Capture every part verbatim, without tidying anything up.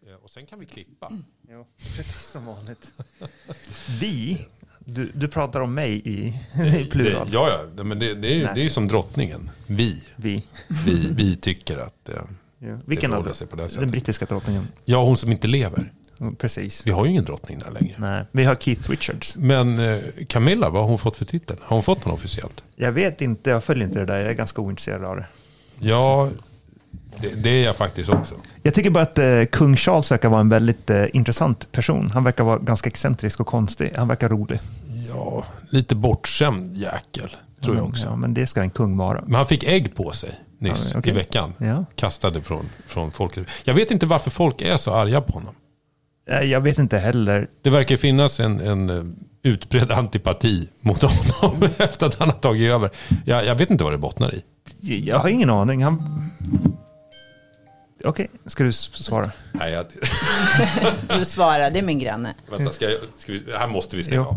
Och sen kan vi klippa. Ja, precis som vanligt. Vi, du, du pratar om mig i, i plural. Det, ja, ja, men det, det är ju det är som drottningen. Vi. Vi. Vi, vi tycker att eh, ja. Vilken det av sig på det sättet. Den brittiska drottningen? Ja, hon som inte lever. Precis. Vi har ju ingen drottning där längre. Nej, vi har Keith Richards. Men eh, Camilla, vad har hon fått för titel? Har hon fått någon officiellt? Jag vet inte, jag följer inte det där. Jag är ganska ointresserad av det. Ja, det, det är jag faktiskt också. Jag tycker bara att eh, kung Charles verkar vara en väldigt eh, intressant person. Han verkar vara ganska excentrisk och konstig. Han verkar rolig. Ja, lite bortskämd jäkel, tror jag också. Ja, men det ska en kung vara. Men han fick ägg på sig nyss ja, okay. i veckan. Ja. Kastade från, från folket. Jag vet inte varför folk är så arga på honom. Jag vet inte heller. Det verkar finnas en, en utbredd antipati mot honom efter att han har tagit över. Jag, jag vet inte vad det bottnar i. Jag har ingen aning. Han... Okej, okay. Ska du svara? Nej, jag... Du svarar, det är min granne. Vänta, ska jag, ska vi, här måste vi stänga jo. av.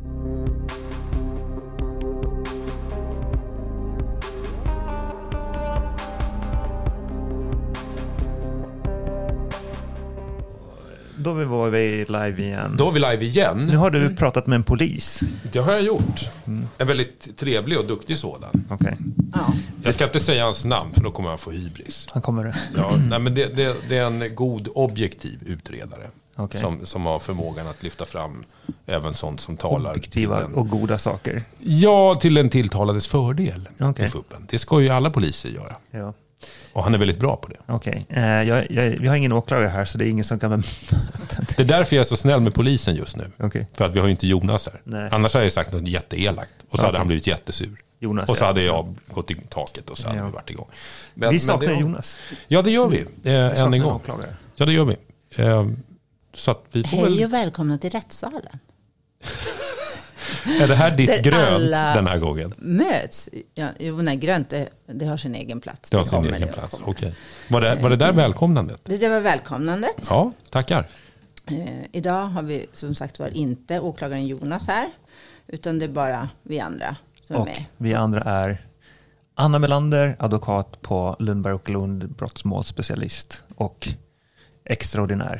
Då var vi live igen. Då är vi live igen. Nu har du pratat med en polis. Det har jag gjort. Mm. En väldigt trevlig och duktig sådan. Okay. Ja. Jag ska inte säga hans namn för då kommer han få hybris. Han kommer det. Ja, nej, men det, det, det är en god objektiv utredare. Okay. Som, som har förmågan att lyfta fram även sånt som talar. Objektiva en, och goda saker. Ja, till en tilltalades fördel. Okay. I fuppen. Det ska ju alla poliser göra. Ja. Och han är väldigt bra på det. Okej, okay. eh, jag, jag, vi har ingen åklagare här så det är ingen som kan... Det är därför jag är så snäll med polisen just nu. Okay. För att vi har ju inte Jonas här. Nej. Annars hade jag sagt något jätteelakt. Och så okay. hade han blivit jättesur. Jonas, och så ja. hade jag gått i taket och så hade ja. vi varit igång. Men, vi saknar men det, Jonas. Ja, det gör vi. Eh, vi än en gång. Åklagare. Ja, det gör vi. Eh, så att vi får Hej väl... och välkomna till rättssalen. Är det här ditt där grönt den här gången? Möts. Ja, jo, nej, grönt det, det har sin egen plats. Det har sin egen plats, okej. Okay. Var, det, var det där välkomnandet? Det, det var välkomnandet. Ja, tackar. Eh, idag har vi som sagt var inte åklagaren Jonas här. Utan det är bara vi andra som och är med. Vi andra är Anna Melander, advokat på Lundberg och Lund, brottsmålsspecialist och extraordinär.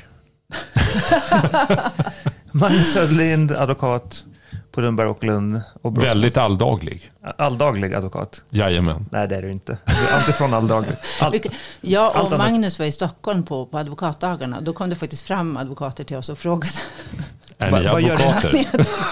Magnus Söderlind, advokat på Lundberg och Lund. Och brott. Väldigt alldaglig. Alldaglig advokat? Jajamän. Nej, det är du inte. Du är alltifrån alldaglig. All, jag och Magnus var i Stockholm på, på advokatdagarna. Då kom det faktiskt fram advokater till oss och frågade. Är ni Va, advokater?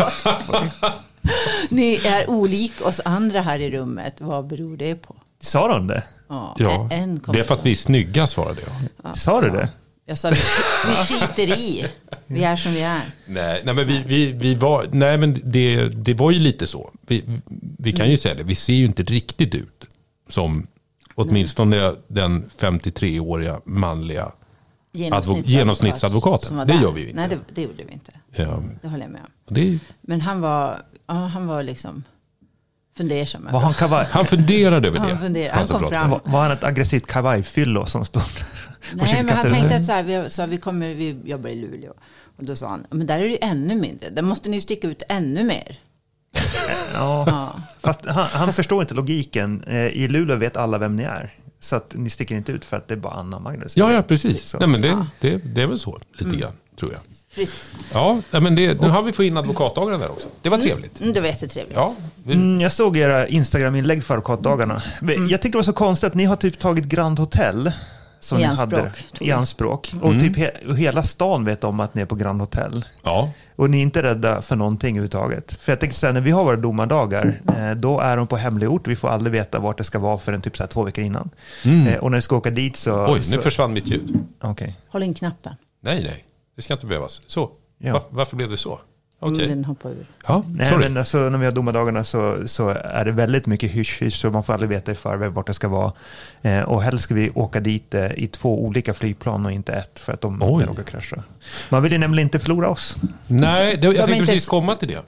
Ni är olik oss andra här i rummet. Vad beror det på? Sa de det? Ja, ja. En det är för att vi är snygga, svarade jag. Ja. Sa du det? Jag sa, vi, vi skiter i. Vi är som vi är. Nej, nej men vi, vi, vi var, nej men det, det var ju lite så. Vi, vi kan ju mm. säga det. Vi ser ju inte riktigt ut som åtminstone mm. den femtiotre-åriga manliga genomsnittsadvokat, genomsnittsadvokaten. Det gör vi ju inte. Nej, det, det gjorde vi inte. Ja. Det håller jag med om. Det... Men han var, ja, han var liksom fundersam. Var han, kavaj... han funderade över det. Han, funderade. han kom fram. Var, var han ett aggressivt kavajfyllo som stod? Nej, men han tänkte att så här, vi, så här, vi, kommer, vi jobbar i Luleå. Och då sa han, men där är det ännu mindre. Där måste ni sticka ut ännu mer. Ja, ja. Fast han, han fast... förstår inte logiken. I Luleå vet alla vem ni är. Så att ni sticker inte ut för att det är bara Anna och Magnus. Ja, ja, precis. Nej, men det, ja. det, det är väl så lite mm. grann, tror jag. Precis. Ja, men det, nu har vi fått in advokatdagarna där också. Det var trevligt. Mm, det var jättetrevligt. Ja, vi... mm, jag såg era Instagram-inlägg för advokatdagarna. Mm. Jag tycker det var så konstigt att ni har typ tagit Grand Hotel som I ni anspråk, hade i anspråk. Och mm. typ he- hela stan vet om att ni är på Grand Hotel. Ja. Och ni är inte rädda för någonting överhuvudtaget. För jag tänker så här, när vi har våra domardagar, eh, då är de på hemlig ort. Vi får aldrig veta vart det ska vara för en typ så här två veckor innan. Mm. Eh, och när vi ska åka dit så... Oj, så... nu försvann mitt ljud. Okay. Håll in knappen. Nej, nej. Det ska inte behövas. Så. Ja. Var, varför blev det så? Okay. Den hoppar ur. Ja, nej, sorry. men alltså, när vi har domardagarna så, så är det väldigt mycket hysch-hysch, så man får aldrig veta i förväg vart det ska vara. Eh, och helst ska vi åka dit eh, i två olika flygplan och inte ett, för att de råkar krascha. Man vill ju nämligen inte förlora oss. Nej, det, jag de tänkte inte... precis komma till det. Ja.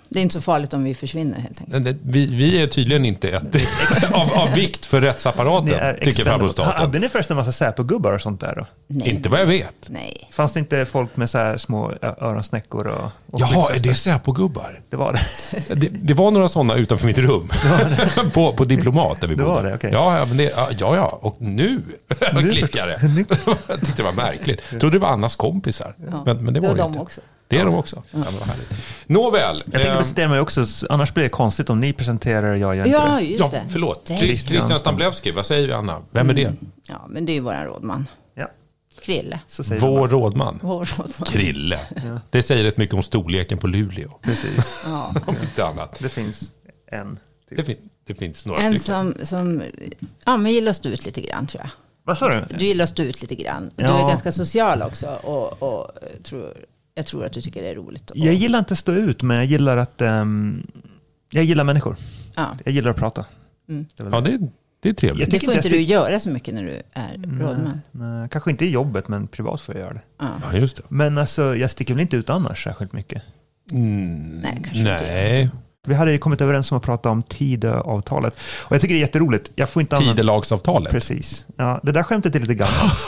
Det är inte så farligt om vi försvinner helt enkelt. Vi, vi är tydligen inte ett av, av vikt för rättsapparaten, tycker farbrorstaten. Hade ni förresten en massa Säpo-gubbar och sånt där då? Nej. Inte vad jag vet. Nej. Fanns det inte folk med så här små öronsnäckor och, och Jaha, är det Säpo-gubbar? Det var det. det. Det var några sådana utanför mitt rum. på, på Diplomat där vi det bodde. Var det, okay. Ja, men det, ja, ja. Och nu, nu. klickar det. Jag tyckte det var märkligt. Jag trodde det var Annas kompisar. Ja. Men, men det var det det de inte. Också. Det är de också. Ja, men vad härligt. Nåväl. Jag tänker presentera mig också, annars blir det konstigt om ni presenterar, jag gör inte ja, det. Just det. Ja, förlåt. Det Christian Stamblewski, vad säger vi Anna? Vem är det? Mm. Ja, men det är ju våran rådman. Ja. Krille. Så säger Vår rådman. Vår rådman. Krille. Ja. Det säger rätt mycket om storleken på Luleå. Precis. Ja. Om inte annat. Det finns en. Typ. Det, fin- det finns några En stycken. som, som ja, men gillar att stå ut lite grann, tror jag. Vad sa du? Du gillar att stå ut lite grann. Du Ja. är ganska social också. Och, och tror, jag tror att du tycker det är roligt. Och, Jag gillar inte att stå ut, men jag gillar att um, jag gillar människor. ja. Jag gillar att prata. Mm. Det, är väl Ja, det, det är trevligt. det får inte inte du göra så mycket när du är rådman. Nej, kanske inte i jobbet, men privat får jag göra det. Ja. Ja, just det. Men alltså, jag sticker väl inte ut annars särskilt mycket. Mm, Nej, kanske inte. nej. Vi hade ju kommit överens om att prata om Tidöavtalet. Och jag tycker det är jätteroligt. Jag får inte använda... Tidelagsavtalet. Precis. Ja, det där skämtet är lite gammalt.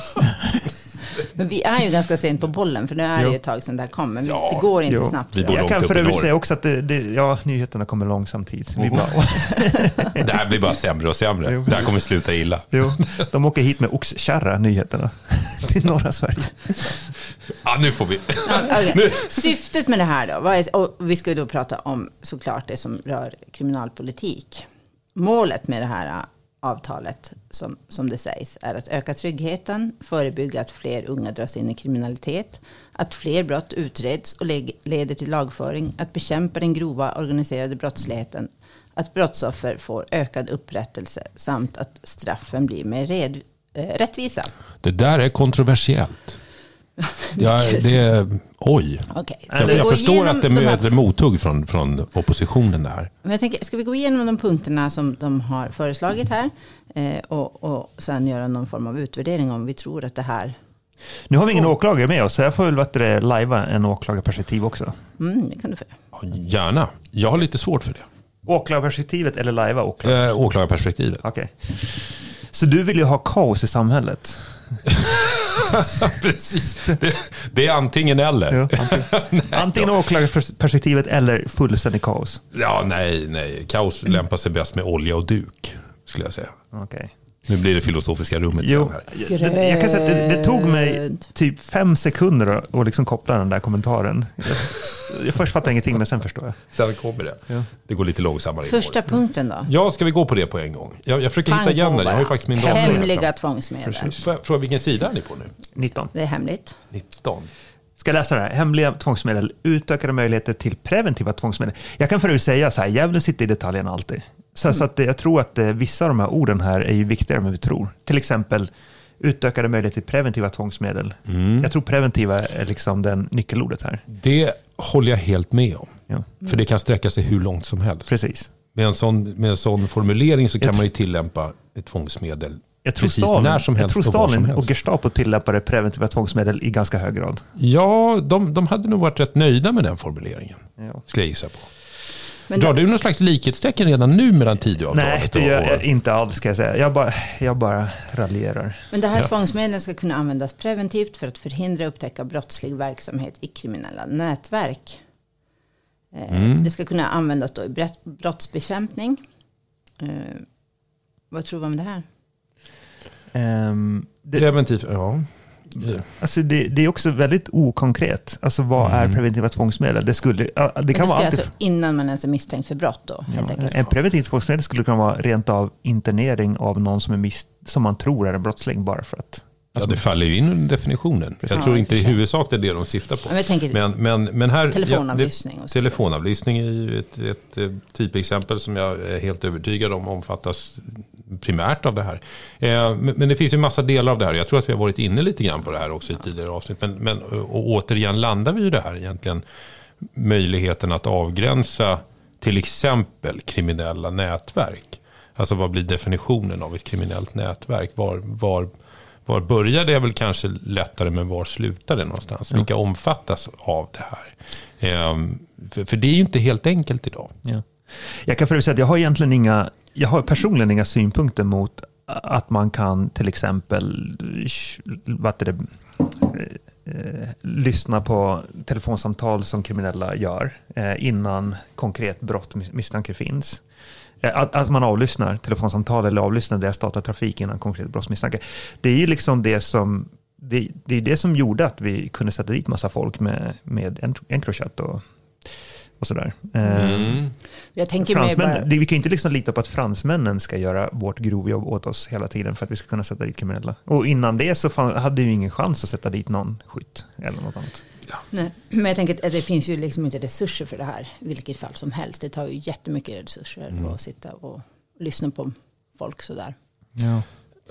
Men vi är ju ganska sent på bollen, för nu är det ju ett tag sedan det här kom. Men Ja, det går inte jo. snabbt. Vi för bor det. Jag långt kan upp för i övrigt norr. säga också att det, det, ja, nyheterna kommer långsam tid. Vi Mm. bara, Det här blir bara sämre och sämre. Jo, Det här kommer sluta illa. jo, de åker hit med oxkärra, nyheterna, till norra Sverige. Ja, nu får vi. Ja, okej. Syftet med det här då, vad är, och vi ska ju då prata om såklart det som rör kriminalpolitik. Målet med det här avtalet, som, som det sägs, är att öka tryggheten, förebygga att fler unga dras in i kriminalitet, att fler brott utreds och le- leder till lagföring, att bekämpa den grova organiserade brottsligheten, att brottsoffer får ökad upprättelse samt att straffen blir mer red, äh, rättvisa. Det där är kontroversiellt. Ja, det är, oj. Okay. Jag, jag förstår att det möter mothugg från, från oppositionen där. Men jag tänker, ska vi gå igenom de punkterna som de har föreslagit här eh, och, och sen göra någon form av utvärdering om vi tror att det här... Nu har vi ingen åklagare med oss, så jag får väl att det lajva en åklagarperspektiv också. Mm, det kan du få. Ja, gärna. Jag har lite svårt för det. Åklagarperspektivet eller lajva åklagare? Eh, åklagarperspektivet. Okej. Så du vill ju ha kaos i samhället? Precis. Det, det är antingen eller. Ja, antingen antingen åklagarperspektivet eller fullständig kaos. Ja, nej, nej. Kaos lämpar sig bäst med olja och duk, skulle jag säga. Okej. Nu blir det filosofiska rummet. Jo, här. det, jag kan säga att det, det tog mig typ fem sekunder att, att liksom koppla den där kommentaren. Jag, jag först fattar ingenting, men sen förstår jag. Sen kommer det. Ja. Det går lite långsammare. Första punkten då? Ja, ska vi gå på det på en gång? Jag, jag försöker Pang hitta igen på där. Jag har ju bara. faktiskt min dator. Hemliga tvångsmedel. Får jag fråga vilken sida är ni på nu? nitton. Det är hemligt. nitton. Ska jag läsa det här? Hemliga tvångsmedel, utökade möjligheter till preventiva tvångsmedel. Jag kan för övrigt säga så här, djävulen sitter i detaljen alltid. Så, mm. så att jag tror att vissa av de här orden här är ju viktigare än vad vi tror. Till exempel utökade möjligheter till preventiva tvångsmedel. Mm. Jag tror preventiva är liksom den nyckelordet här. Det håller jag helt med om. Ja. För det kan sträcka sig hur långt som helst. Precis. Med en sån, med en sån formulering så kan jag man ju tillämpa ett tvångsmedel jag tror precis Stalin, när som helst jag tror och var som Stalin helst. och Gestapo tillämpade preventiva tvångsmedel i ganska hög grad. Ja, de, de hade nog varit rätt nöjda med den formuleringen. Ja. Skulle jag gissa på. Men Drar det, du någon slags likhetstecken redan nu mellan Tidöavtalet? Nej, det gör och, jag inte alls ska jag säga. Jag bara, jag bara raljerar. men det här Ja. tvångsmedlen ska kunna användas preventivt för att förhindra och upptäcka brottslig verksamhet i kriminella nätverk. Eh, Mm. Det ska kunna användas då i brott, brottsbekämpning. Eh, vad tror vi om det här? Um, det, Preventivt, ja. alltså det, det är också väldigt okonkret. Alltså vad Mm. är preventiva tvångsmedel? Det, skulle, ja, det Det kan ska vara alltid, alltså innan man ens är misstänkt för brott då, helt ja, enkelt. en preventivt tvångsmedel skulle kunna vara rent av internering av någon som, är mis, som man tror är en brottsling bara för att... Ja, det faller ju in under definitionen. Precis. Jag tror Ja, inte i för sig. huvudsak det är det de syftar på. Men jag tänker Men, men, men här, telefonavlyssning ja, och det, så. telefonavlyssning är ju ett, ett, ett typexempel som jag är helt övertygad om omfattas primärt av det här. Eh, men, men det finns ju en massa delar av det här. Jag tror att vi har varit inne lite grann på det här också i tidigare avsnitt. Men, men och återigen landar vi ju det här egentligen. Möjligheten att avgränsa till exempel kriminella nätverk. Alltså vad blir definitionen av ett kriminellt nätverk? Var... var Var börjar det är väl kanske lättare, men var slutar det någonstans? Vilka omfattas av det här? Eh, för, för det är ju inte helt enkelt idag. Ja. Jag kan förut säga att jag har egentligen inga, jag har personligen inga synpunkter mot att man kan till exempel vad är det, eh, lyssna på telefonsamtal som kriminella gör eh, innan konkret brott misstanke finns. Att, att man avlyssnar telefonsamtal eller avlyssnar deras datatrafik innan konkret brottsmisstanke. Det är ju liksom det som det, det är det som gjorde att vi kunde sätta dit massa folk med, med Encrochat och, och sådär. Mm. Jag tänker fransmän, bara... Vi kan ju inte liksom lita på att fransmännen ska göra vårt grovjobb åt oss hela tiden för att vi ska kunna sätta dit kriminella. Och innan det så fan, hade vi ingen chans att sätta dit någon skytt eller något annat. Ja. Nej, men jag tänker att det finns ju liksom inte resurser för det här i vilket fall som helst. Det tar ju jättemycket resurser mm. att sitta och lyssna på folk sådär. Ja.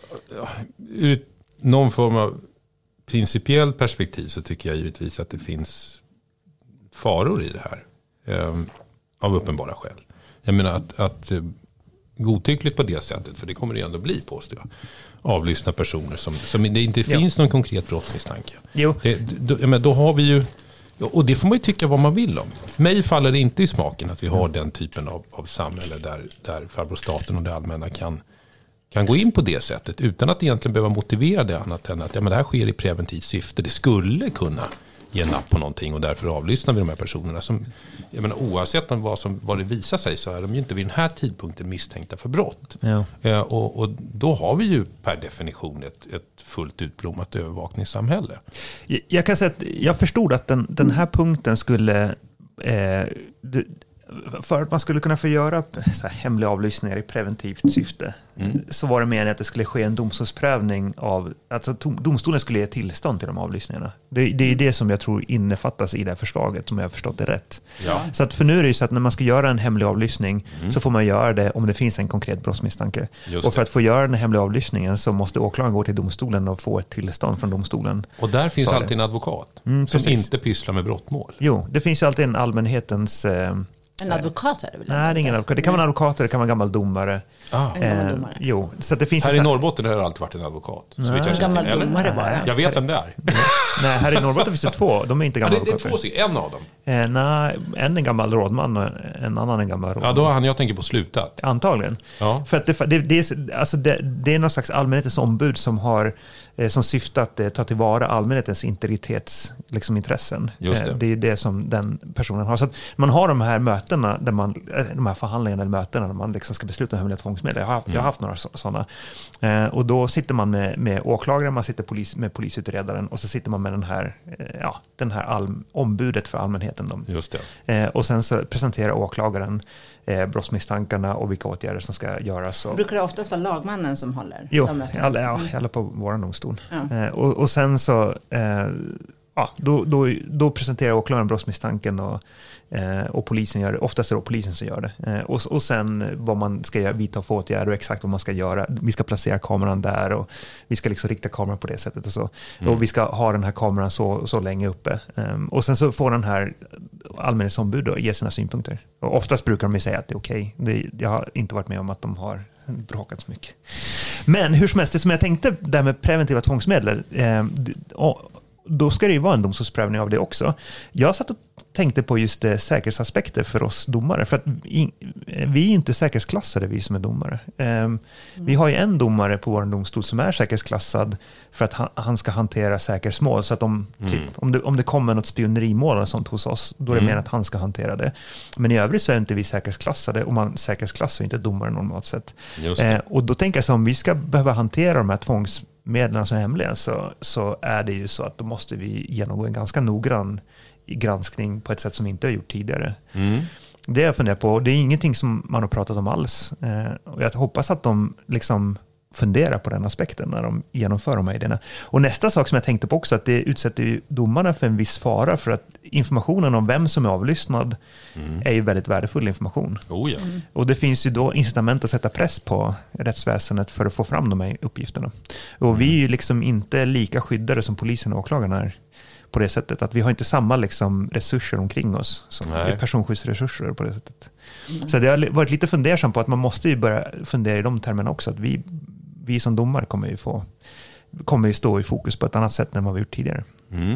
Ur någon form av principiellt perspektiv så tycker jag givetvis att det finns faror i det här. Eh, av uppenbara skäl. Jag menar att, att eh, godtyckligt på det sättet, för det kommer det ändå bli, påstår jag, avlyssna personer som, som det inte finns jo. någon konkret brottsmisstanke. Jo. Eh, då, men då har vi ju, och det får man ju tycka vad man vill om. För mig faller det inte i smaken att vi har den typen av, av samhälle där, där farbror staten och det allmänna kan, kan gå in på det sättet utan att egentligen behöva motivera det annat än att ja, men det här sker i preventivt syfte. Det skulle kunna ge napp på någonting och därför avlyssnar vi de här personerna som, jag menar, oavsett vad, som, vad det visar sig så är de ju inte vid den här tidpunkten misstänkta för brott. Ja. Eh, och, och då har vi ju per definition ett, ett fullt utblommat övervakningssamhälle. Jag, jag kan säga att jag förstod att den, den här punkten skulle eh, det, för att man skulle kunna få göra så här, hemliga avlyssningar i preventivt syfte mm. så var det meningen att det skulle ske en domstolsprövning av, alltså domstolen skulle ge tillstånd till de avlyssningarna. Det, det är det som jag tror innefattas i det här förslaget, om jag har förstått det rätt. Ja. Så att för nu är det ju så att när man ska göra en hemlig avlyssning mm. så får man göra det om det finns en konkret brottsmisstanke. Just och för det. att få göra den hemliga avlyssningen så måste åklagaren gå till domstolen och få ett tillstånd från domstolen. Och där finns alltid en advokat mm, som inte pysslar med brottmål. Jo, det finns ju alltid en allmänhetens... Eh, En advokat är det väl? Nej, det är ingen advokat. Det kan vara en advokat, det kan vara en gammal domare. Ah. En gammal domare. Eh, jo, så att det finns här så... i Norrbotten har det alltid varit en advokat. Så vet jag en gammal till, domare bara. Jag vet vem det är. Nej, här i Norrbotten finns det två. De är inte gamla ja, det, det är advokater. två stycken, en av dem. Eh, nej, en är gammal rådman och en annan är gammal rådman. Ja, då har han jag tänker på slutat. Antagligen. Ja. För att det, det, det, är, alltså det, det är någon slags allmänhetens ombud som har eh, som syfte att eh, ta tillvara allmänhetens integritets liksom, intressen. Just det. Eh, det är det som den personen har. Så att man har de här mötena, där man, de här förhandlingarna eller mötena där man liksom ska besluta om hemliga tvångsmedel. Jag har haft, mm. jag har haft några sådana. Eh, och då sitter man med, med åklagaren, man sitter polis, med polisutredaren och så sitter man med den här, eh, ja, den här all, ombudet för allmänheten. De. Just det. Eh, och sen så presenterar åklagaren eh, brottsmisstankarna och vilka åtgärder som ska göras. Och... Brukar det oftast vara lagmannen som håller? Jo, alla, ja, alla på vår domstol. Ja. Eh, och, och sen så eh, ja, då, då, då presenterar åklagaren brottsmisstanken och, eh, och polisen gör det. Oftast är det polisen som gör det. Eh, och, och sen vad man ska göra, vidta för åtgärder och exakt vad man ska göra. Vi ska placera kameran där och vi ska liksom rikta kameran på det sättet och så. Mm. Och vi ska ha den här kameran så, så länge uppe. Eh, och sen så får den här allmänhetsombud då ge sina synpunkter. Och oftast brukar de ju säga att det är okej. Okay. Jag har inte varit med om att de har bråkat så mycket. Men hur som helst, det som jag tänkte där med preventiva tvångsmedel, eh, och, då ska det ju vara en domstolsprövning av det också. Jag satt och tänkte på just det, säkerhetsaspekter för oss domare. För att vi, vi är ju inte säkerhetsklassade, vi som är domare. Um, mm. Vi har ju en domare på vår domstol som är säkerhetsklassad för att han, han ska hantera säkerhetsmål. Så att om, mm. typ, om, det, om det kommer något spionerimål eller sånt hos oss, då är det mm. mer att han ska hantera det. Men i övrigt så är inte vi säkerhetsklassade och man säkerhetsklassar inte domare normalt sett. Uh, och då tänker jag så om vi ska behöva hantera de här tvångs medlen som är hemliga så, så är det ju så att då måste vi genomgå en ganska noggrann granskning på ett sätt som vi inte har gjort tidigare. Mm. Det jag funderar på, det är ingenting som man har pratat om alls. Eh, och jag hoppas att de liksom funderar på den aspekten när de genomför de här idéerna. Och nästa sak som jag tänkte på också, att det utsätter ju domarna för en viss fara för att informationen om vem som är avlyssnad mm. är ju väldigt värdefull information. Oh ja. Mm. Och det finns ju då incitament att sätta press på rättsväsendet för att få fram de här uppgifterna. Och mm. vi är ju liksom inte lika skyddade som polisen och åklagarna är på det sättet. Att vi har inte samma liksom resurser omkring oss som är personskyddsresurser på det sättet. Mm. Så det har varit lite fundersam på att man måste ju börja fundera i de termerna också. Att vi, vi som domare kommer ju få kommer ju stå i fokus på ett annat sätt än vad vi gjort tidigare. Mm.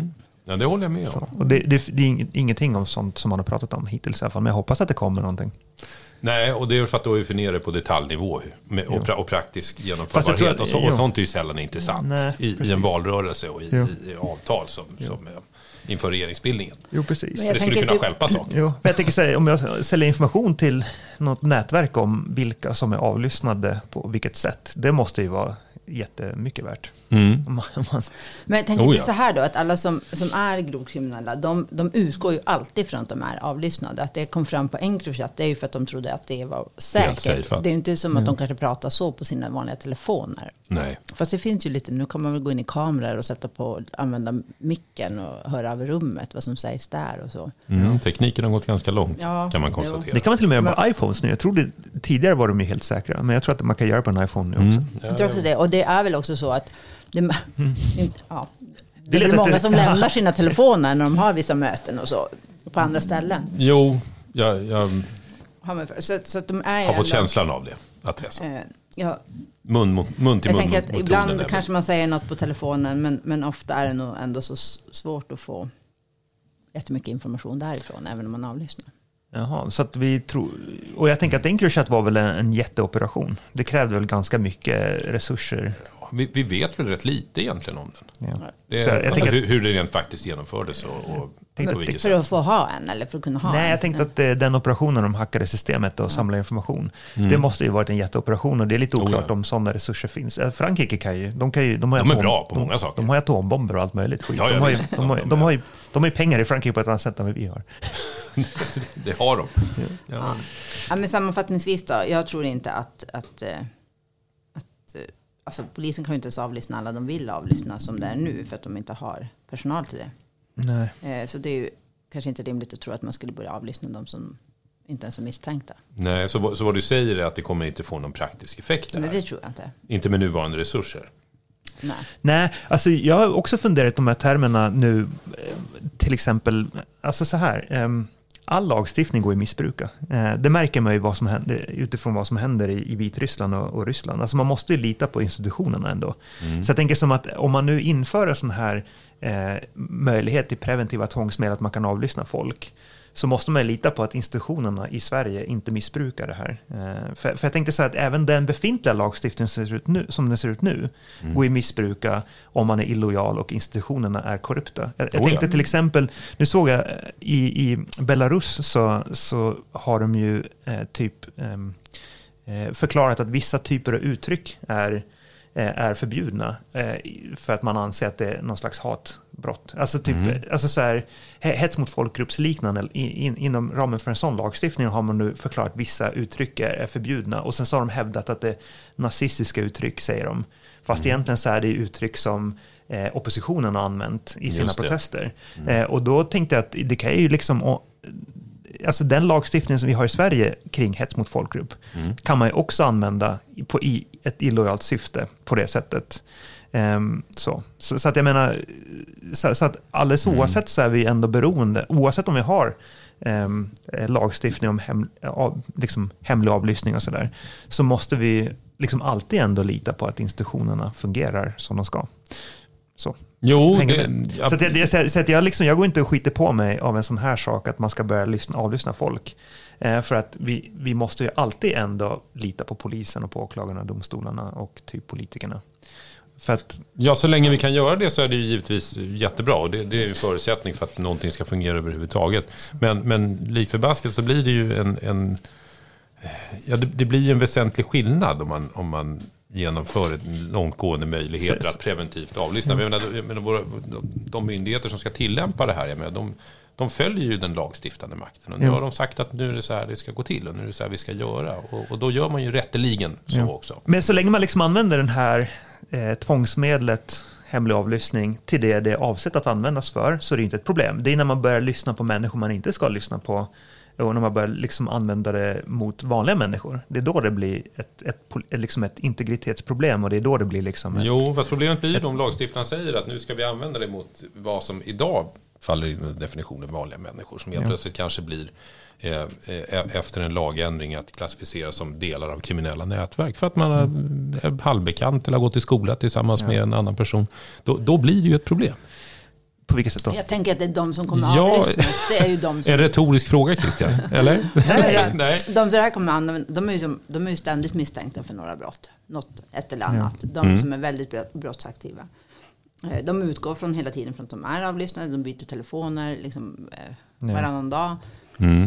Ja, det håller jag med om. Så, och det, det, det är ingenting om sånt som man har pratat om hittills i alla fall, men jag hoppas att det kommer någonting. Nej, och det är för att då är vi för nere på detaljnivå med, och, pra, och praktisk genomförbarhet. Att, och, så, och sånt är ju sällan intressant Nej, i, i en valrörelse och i, i, i avtal som, som inför regeringsbildningen. Jo, precis. Det skulle kunna du... stjälpa saker. Jo, jag tänker säga, om jag säljer information till något nätverk om vilka som är avlyssnade på vilket sätt, det måste ju vara jättemycket värt. Mm. Men jag tänker oh, inte ja. så här då, att alla som, som är grovkriminella, de, de utgår ju alltid från att de är avlyssnade. Att det kom fram på Encrochat, det är ju för att de trodde att det var säkert. Det är ju inte som att mm. de kanske pratar så på sina vanliga telefoner. Nej. Fast det finns ju lite, nu kan man väl gå in i kameror och sätta på, använda micken och höra över rummet, vad som sägs där och så. Mm, tekniken har gått ganska långt, ja, kan man konstatera. Det kan man till och med göra på iPhones nu. Jag trodde, tidigare var de ju helt säkra, men jag tror att man kan göra på en iPhone nu också. Mm. Jag tror också det, och det är väl också så att det, mm. ja, det, det är det väl många det, som ja. lämnar sina telefoner när de har vissa möten och så på andra ställen. Jo, jag, jag så, så att de är har fått ändå, känslan av det. Att det är så. Eh, ja. mun, mun, mun till jag mun. tänker att ibland kanske man säger något på telefonen, men, men ofta är det nog ändå så svårt att få jättemycket information därifrån, även om man avlyssnar. Jaha, så att vi tror, och jag tänker att Encrochat var väl en, en jätteoperation. Det krävde väl ganska mycket resurser. Ja, vi, vi vet väl rätt lite egentligen om den. Ja. Det, jag alltså att, hur, hur det rent faktiskt genomfördes och, och men, för sätt. Att få ha en eller för att kunna ha Nej, en? jag tänkte att det, den operationen de hackade systemet och ja. samlade information, mm. det måste ju varit en jätteoperation och det är lite oklart oh, ja. om sådana resurser finns. Frankrike kan ju, de kan ju, de har de är atom, bra på många de, saker. De har ju atombomber och allt möjligt skit. Ja, de, har ju, de, har, de, har ju, de har ju pengar i Frankrike på ett annat sätt än vad vi har. Det har de. Ja. Ja. Ja, men sammanfattningsvis då, jag tror inte att, att, att alltså, polisen kan ju inte ens avlyssna alla de vill avlyssna som det är nu för att de inte har personal till det. Nej. Så det är ju kanske inte rimligt att tro att man skulle börja avlyssna de som inte ens är misstänkta. Nej, så, så vad du säger är att det kommer inte få någon praktisk effekt det här. Nej, det tror jag inte. Inte med nuvarande resurser. Nej. Nej, alltså jag har också funderat de här termerna nu, till exempel, alltså så här, all lagstiftning går i missbruka. Det märker man ju vad som händer, utifrån vad som händer i, i Vitryssland och, och Ryssland. Alltså man måste ju lita på institutionerna ändå. Mm. Så jag tänker som att om man nu inför en sån här eh, möjlighet till preventiva tvångsmedel att man kan avlyssna folk, så måste man lita på att institutionerna i Sverige inte missbrukar det här. Eh, för, för jag tänkte så här att även den befintliga lagstiftningen som, ser ut nu, som den ser ut nu mm. går i missbruka om man är illojal och institutionerna är korrupta. Jag, jag oh, tänkte ja. till exempel, nu såg jag i, i Belarus så, så har de ju eh, typ eh, förklarat att vissa typer av uttryck är är förbjudna för att man anser att det är någon slags hatbrott. Alltså typ, mm. alltså så här, hets mot folkgruppsliknande in, inom ramen för en sån lagstiftning har man nu förklarat att vissa uttryck är förbjudna och sen så har de hävdat att det är nazistiska uttryck, säger de. Fast mm. egentligen så är det uttryck som eh, oppositionen har använt i sina protester. Mm. Eh, och då tänkte jag att det kan ju liksom... Och, alltså den lagstiftning som vi har i Sverige kring hets mot folkgrupp mm. kan man ju också använda på, i ett illojalt syfte på det sättet. Um, så. Så, så att jag menar, så, så att alldeles mm. oavsett så är vi ändå beroende, oavsett om vi har um, lagstiftning om hem, av, liksom hemlig avlyssning och sådär, så måste vi liksom alltid ändå lita på att institutionerna fungerar som de ska. Så. Jo, det, ja. Så, att jag, så, så att jag, liksom, jag går inte och skiter på mig av en sån här sak att man ska börja lyssna, avlyssna folk. Eh, för att vi, vi måste ju alltid ändå lita på polisen och på åklagarna, domstolarna och typ politikerna. För att, ja, så länge vi kan göra det så är det ju givetvis jättebra. Och det, det är ju en förutsättning för att någonting ska fungera överhuvudtaget. Men, men likförbaskat så blir det ju en... en ja, det, det blir ju en väsentlig skillnad om man... Om man genomför en långtgående möjligheter att preventivt avlyssna. Mm. Jag menar, jag menar, våra, de, de myndigheter som ska tillämpa det här, jag menar, de, de följer ju den lagstiftande makten. Och nu mm. har de sagt att nu är det så här det ska gå till och nu är det så här vi ska göra. Och, och då gör man ju rätteligen så mm. också. Men så länge man liksom använder den här eh, tvångsmedlet, hemlig avlyssning, till det det är avsett att användas för, så är det inte ett problem. Det är när man börjar lyssna på människor man inte ska lyssna på. Och när man börjar liksom använda det mot vanliga människor, det är då det blir ett, ett, liksom ett integritetsproblem och det är då det blir liksom... Ett, jo, fast problemet blir ju om lagstiftaren säger att nu ska vi använda det mot vad som idag faller i definitionen vanliga människor, som helt ja. plötsligt kanske blir eh, efter en lagändring att klassificera som delar av kriminella nätverk för att man mm. är halvbekant eller har gått i skola tillsammans ja. med en annan person. Då, då blir det ju ett problem. På vilket sätt då? Jag tänker att det är de som kommer Ja, avlyssnas. Det är ju de som... En retorisk fråga, Christian, eller? Nej, Nej. De som det här kommer an, de är ju som, de är ju ständigt misstänkta för några brott. Något, ett eller annat. Ja. De Mm. som är väldigt brott- brottsaktiva. Eh, De utgår från hela tiden från att de är avlyssnade. De byter telefoner liksom, eh, Ja. varannan dag. Mm.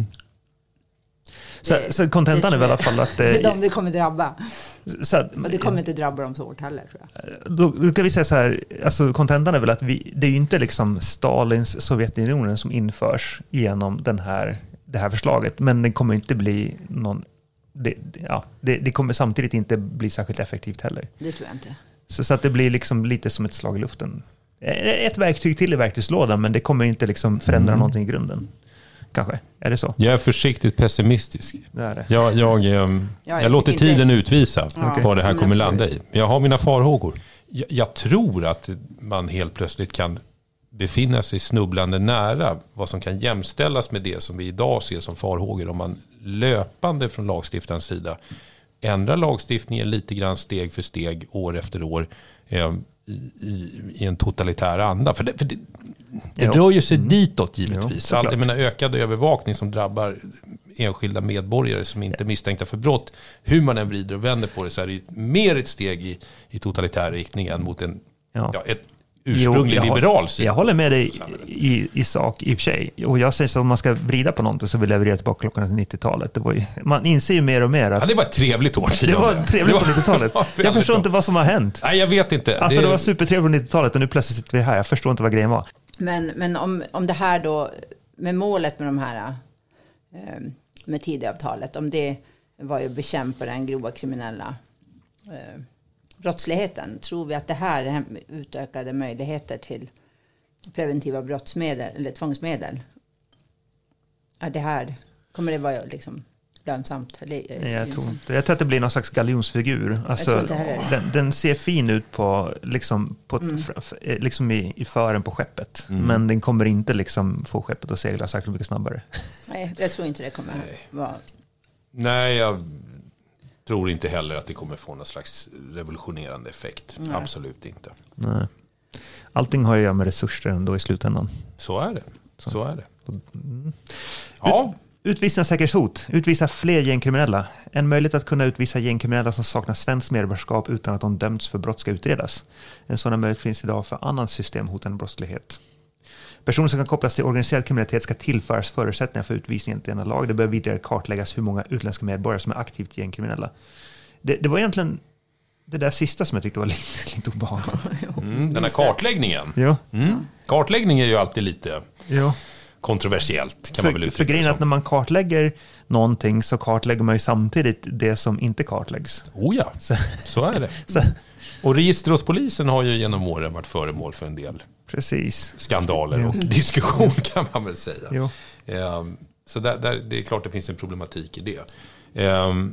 Så, Det- så kontentan det är väl i alla tror fall att... Det är Eh, de det kommer drabba. så att, Och det kommer inte drabba dem så hårt heller, tror jag. Då, då kan vi säga så här, alltså kontentan är väl att vi, det är ju inte liksom Stalins Sovjetunionen som införs genom den här, det här förslaget, men det kommer inte bli någon, det, ja, det, det kommer samtidigt inte bli särskilt effektivt heller. Det tror jag inte. Så, så att det blir liksom lite som ett slag i luften. Ett verktyg till i verktygslådan, men det kommer inte liksom förändra Mm. någonting i grunden. Kanske, är det så? Jag är försiktigt pessimistisk. Det är det. Jag, jag, ehm, jag jag låter tycker inte- tiden utvisa Ja, vad det här men kommer absolut. landa i. Men jag har mina farhågor. Jag, jag tror att man helt plötsligt kan befinna sig snubblande nära vad som kan jämställas med det som vi idag ser som farhågor om man löpande från lagstiftarens sida ändrar lagstiftningen lite grann steg för steg, år efter år eh, i, i, i en totalitär anda. För det, för det, det Jo. rör ju sig ditåt givetvis. Jo, Allt, såklart. jag menar, ökad övervakning som drabbar enskilda medborgare som inte är misstänkta för brott. Hur man än vrider och vänder på det så är det mer ett steg i, i totalitär riktning än mot en, Ja. ja, ett ursprunglig Jo, jag liberal håller- syn. Jag håller med dig i, i sak i och för sig. Och jag säger så om man ska vrida på någonting så vill jag vrida tillbaka klockan till nittiotalet. Det var ju, man inser ju mer och mer att Ja, det var ett trevligt år. det var trevligt på nittiotalet. Jag förstår inte vad som har hänt. Nej, jag vet inte. Alltså det var supertrevligt på nittiotalet och nu plötsligt sitter vi här. Jag förstår inte vad grejen var. Men, men om, om det här då, med målet med de här, eh, med Tidöavtalet, om det var ju att bekämpa den grova kriminella eh, brottsligheten, tror vi att det här är utökade möjligheter till preventiva brottsmedel eller tvångsmedel, är det här, kommer det vara liksom lönsamt? Eller, eh, Nej, jag, tror lönsamt? inte. jag tror att det blir någon slags galjonsfigur. tror Alltså, inte heller. den, den ser fin ut på, liksom, på, Mm. f- f- liksom i, i fören på skeppet. Men den kommer inte liksom få skeppet att segla särskilt mycket snabbare. Nej, jag tror inte det kommer vara. Nej, jag tror inte heller att det kommer få någon slags revolutionerande effekt. Nej. Absolut inte. Nej. Allting har ju att göra med resurser ändå i slutändan. Så är det. Så, Så. är det. Ja, Utvisa säkerhetshot. Utvisa fler gängkriminella. En möjlighet att kunna utvisa gängkriminella som saknar svenskt medborgarskap utan att de dömts för brott ska utredas. En sådan möjlighet finns idag för annan systemhotande brottslighet. Personer som kan kopplas till organiserad kriminalitet ska tillföras förutsättningar för utvisning enligt denna lag. Det bör vidare kartläggas hur många utländska medborgare som är aktivt gängkriminella. Det, det var egentligen det där sista som jag tyckte var lite, lite obehagligt. mm, den här kartläggningen. Ja, Mm. Kartläggning är ju alltid lite ja. kontroversiellt, kan man väl För, uttrycka för det grejen är att som. när man kartlägger någonting så kartlägger man ju samtidigt det som inte kartläggs. Oh ja, Så, så är det. så, Och register hos polisen har ju genom åren varit föremål för en del precis. skandaler Jo. och diskussion, kan man väl säga. Jo. Ehm, så där, där, det är klart det finns en problematik i det. Ehm,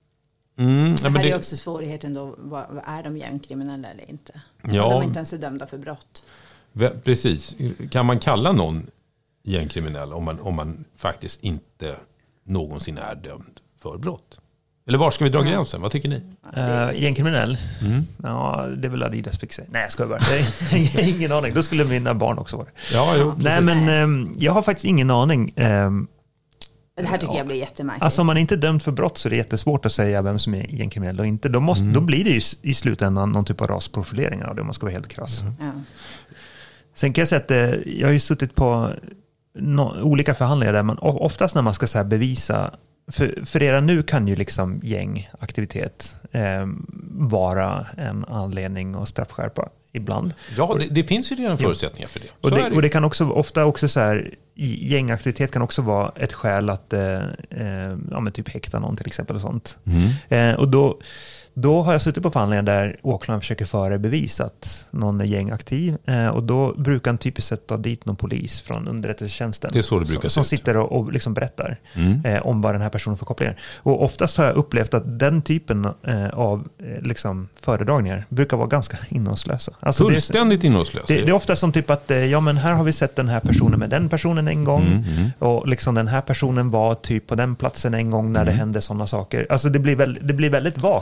mm, ja, Det men här är det, också svårigheten då, vad, vad är de gängkriminella eller inte? Ja. Om de inte ens är dömda för brott. ve- precis. Kan man kalla någon gängkriminell om man, om man faktiskt inte någonsin är dömd för brott? Eller var ska vi dra gränsen? Vad tycker ni? Uh, gängkriminell? Mm. Ja, det är väl Adidas Pixel. Nej, jag skojar bara. Jag har ingen aning. Då skulle mina barn också vara det. Ja, jo. Nej, men um, jag har faktiskt ingen aning. Um, Det här tycker jag blir jättemärkligt. alltså om man inte är dömd för brott så är det jättesvårt att säga vem som är gängkriminell och inte. Då, måste, då blir det ju i slutändan någon typ av rasprofilering av det, om man ska vara helt krass. Ja. Sen kan jag säga att eh, jag har ju suttit på no, olika förhandlingar där man o- oftast när man ska så här bevisa, för, för redan nu kan ju liksom gängaktivitet eh, vara en anledning att straffskärpa ibland. Ja, det, det finns ju redan förutsättningar för det. Och Så det, är det. och det kan också ofta också så här, i- gängaktivitet kan också vara ett skäl att eh, eh, ja, men typ häkta någon till exempel och sånt. Mm. Eh, och då, då har jag suttit på förhandlingar där åklagaren försöker föra bevis att någon är gängaktiv. Eh, och då brukar han typiskt sett ta dit någon polis från underrättelsetjänsten. Det är så det brukar som, se som ut. sitter och, och liksom berättar Mm. eh, om vad den här personen får kopplingar. Och oftast har jag upplevt att den typen eh, av eh, liksom föredragningar brukar vara ganska innehållslösa. Alltså det, Fullständigt innehållslöst. det, det är ofta som typ att, eh, ja men här har vi sett den här personen med den personen en gång. Mm, mm. Och liksom den här personen var typ på den platsen en gång när Mm. det hände sådana saker. Alltså det blir, väl, det blir väldigt vagt till slut.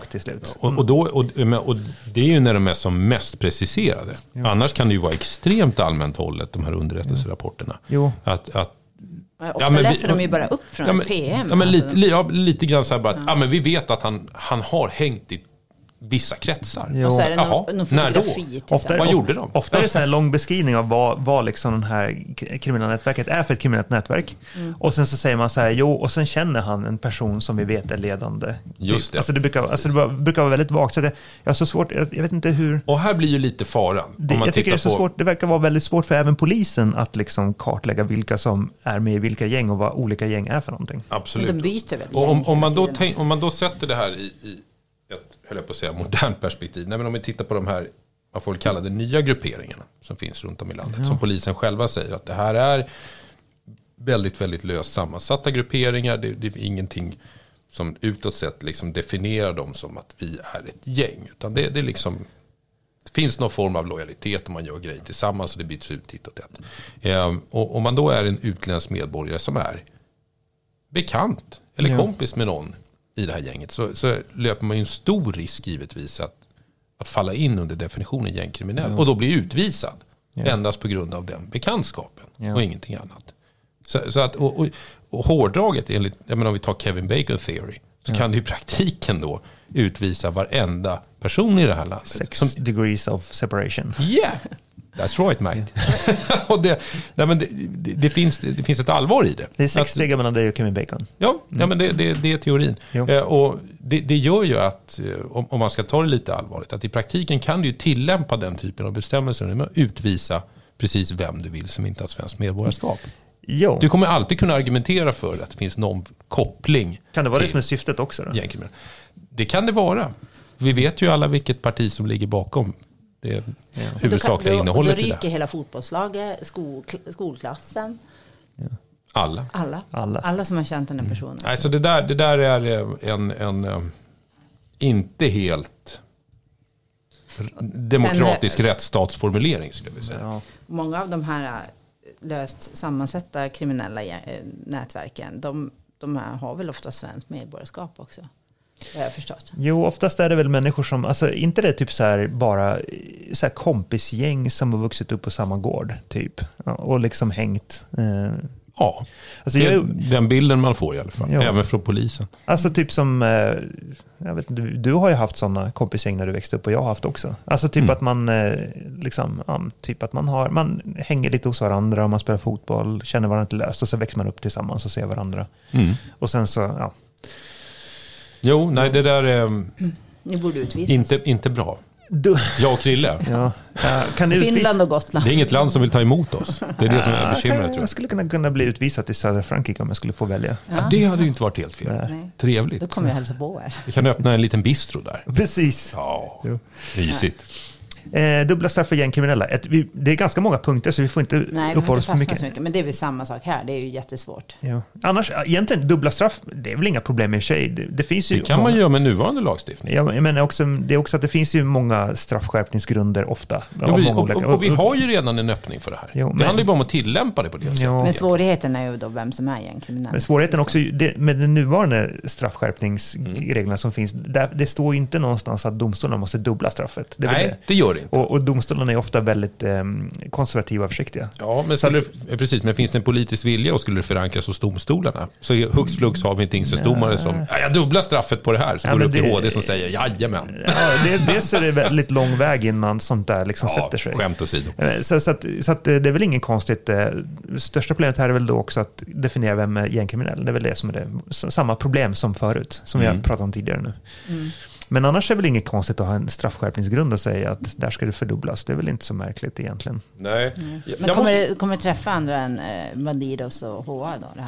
absolut. Och, och, då, och, och det är ju när de är som mest preciserade. Ja. Annars kan det ju vara extremt allmänt hållet, de här underrättelserapporterna. Jo. Att, att, Ofta ja, men läser vi, de ju bara upp från ja, men, ett P M. Ja, men alltså. lite, li, ja, lite grann så här bara att ja. Ja, men vi vet att han, han har hängt i vissa kretsar. Jo. Och så är det Jaha, någon, någon när då? Ofta, vad gjorde de? Ofta är det så här lång beskrivning av vad, vad liksom det här kriminella nätverket är för ett kriminellt nätverk. Mm. Och sen så säger man så här, jo, och sen känner han en person som vi vet är ledande. Just det. Alltså det brukar, alltså det brukar vara väldigt vagt. Så det, jag, har så svårt, jag, jag vet inte hur... Och här blir ju lite faran. Det, om man jag tycker det är så på... svårt, det verkar vara väldigt svårt för även polisen att liksom kartlägga vilka som är med i vilka gäng och vad olika gäng är för någonting. Absolut. De byter väl och om, om, man då tänk, om man då sätter det här i... i ett, höll jag på att säga, modernt perspektiv. Nej, men om vi tittar på de här, man får väl kalla det nya grupperingarna som finns runt om i landet. Ja. Som polisen själva säger att det här är väldigt, väldigt löst sammansatta grupperingar. Det, det är ingenting som utåt sett liksom definierar dem som att vi är ett gäng. Utan det, det är liksom, det finns någon form av lojalitet om man gör grejer tillsammans och det byts ut hit och tätt. Ehm, och om man då är en utländsk medborgare som är bekant eller ja. kompis med någon i det här gänget så, så löper man ju en stor risk givetvis att, att falla in under definitionen gängkriminell ja. och då bli utvisad ja. endast på grund av den bekantskapen ja. och ingenting annat. Så, så att, och, och, och hårdraget enligt, jag menar om vi tar Kevin Bacon theory så ja. kan du i praktiken då utvisa varenda person i det här landet. Sex som, degrees of separation. Yeah, that's right mate. och det, nej, men det, det, det, finns, det finns ett allvar i det. Det är sex steg mellan dig och Kevin Bacon. Ja, mm. ja men det, det, det är teorin. Eh, och det, det gör ju att, eh, om, om man ska ta det lite allvarligt, att i praktiken kan du ju tillämpa den typen av bestämmelser med att utvisa precis vem du vill som inte har svenskt medborgarskap. Jo. Du kommer alltid kunna argumentera för att det finns någon koppling. Kan det vara det som är syftet också då? Det kan det vara. Vi vet ju alla vilket parti som ligger bakom det ja. huvudsakliga då, innehållet då i det. Då ryker hela fotbollslaget, skol, skolklassen. Ja. Alla. alla. Alla. Alla som har känt den här personen. Mm. Alltså det där, det där är en, en, en inte helt demokratisk Sen, rättsstatsformulering skulle vi säga. Ja. Många av de här löst sammansatta kriminella nätverken, de, de här har väl ofta svenskt medborgarskap också. Jag har förstått. Jo, oftast är det väl människor som, alltså inte det är typ så här bara så här kompisgäng som har vuxit upp på samma gård typ och liksom hängt. Eh. Ja, alltså, det är jag, den bilden man får i alla fall, ja. även från polisen. Alltså typ som, eh, jag vet inte, du, du har ju haft sådana kompisgäng när du växte upp och jag har haft också. Alltså typ mm. att man eh, liksom, ja, typ att man har, man hänger lite hos varandra och man spelar fotboll, känner varandra inte löst och så växer man upp tillsammans och ser varandra. Mm. Och sen så, ja. Jo, nej det där är mm. Ni borde utvisas. Inte, inte bra. Du. Jag och Krille. Ja. Kan du Finland och Gotland. Det är inget land som vill ta emot oss. Det är det som är bekymret, tror jag. Jag skulle kunna, kunna bli utvisad till södra Frankrike om jag skulle få välja. Ja. Ja, det hade ju inte varit helt fel. Nej. Trevligt. Då kommer jag hälsa på er. Vi kan öppna en liten bistro där. Precis. Ja, mysigt. Eh, dubbla straff för gängkriminella. Ett, vi, det är ganska många punkter så vi får inte uppehålla oss för mycket. så mycket. Men det är väl samma sak här. Det är ju jättesvårt. Ja. Annars, egentligen dubbla straff, det är väl inga problem i och för sig. Det, det, finns ju det kan många, man göra med nuvarande lagstiftning. Ja, men också, det är också att det finns ju många straffskärpningsgrunder ofta. Ja, vi, och, och, och vi har ju redan en öppning för det här. Jo, men, det handlar ju bara om att tillämpa det på det sättet. Ja. Men svårigheten är ju då vem som är gängkriminell. Men svårigheten också, det, med den nuvarande straffskärpningsreglerna mm. som finns, där, det står ju inte någonstans att domstolarna måste dubbla straffet. Det Nej, det. det gör det inte. Och, och domstolarna är ofta väldigt eh, konservativa och försiktiga. Ja, men, skulle det, precis, men finns det en politisk vilja och skulle det förankras hos domstolarna så hux flux har vi en tingsrättsdomare som ja, jag dubblar straffet på det här så ja, går det upp till H D som säger jajamän. Ja, det, dels är det väldigt lång väg innan sånt där liksom ja, sätter sig. Skämt åsido. Så, så, att, så att det är väl inget konstigt. Största problemet här är väl då också att definiera vem är gängkriminell. Det är väl det som är det. Samma problem som förut, som mm. vi har pratat om tidigare nu. Mm. Men annars är det väl inget konstigt att ha en straffskärpningsgrund och säga att där ska det fördubblas. Det är väl inte så märkligt egentligen. Nej. Mm. Men kommer, måste... det, kommer det träffa andra än eh, Bandidos och H A då? Det här?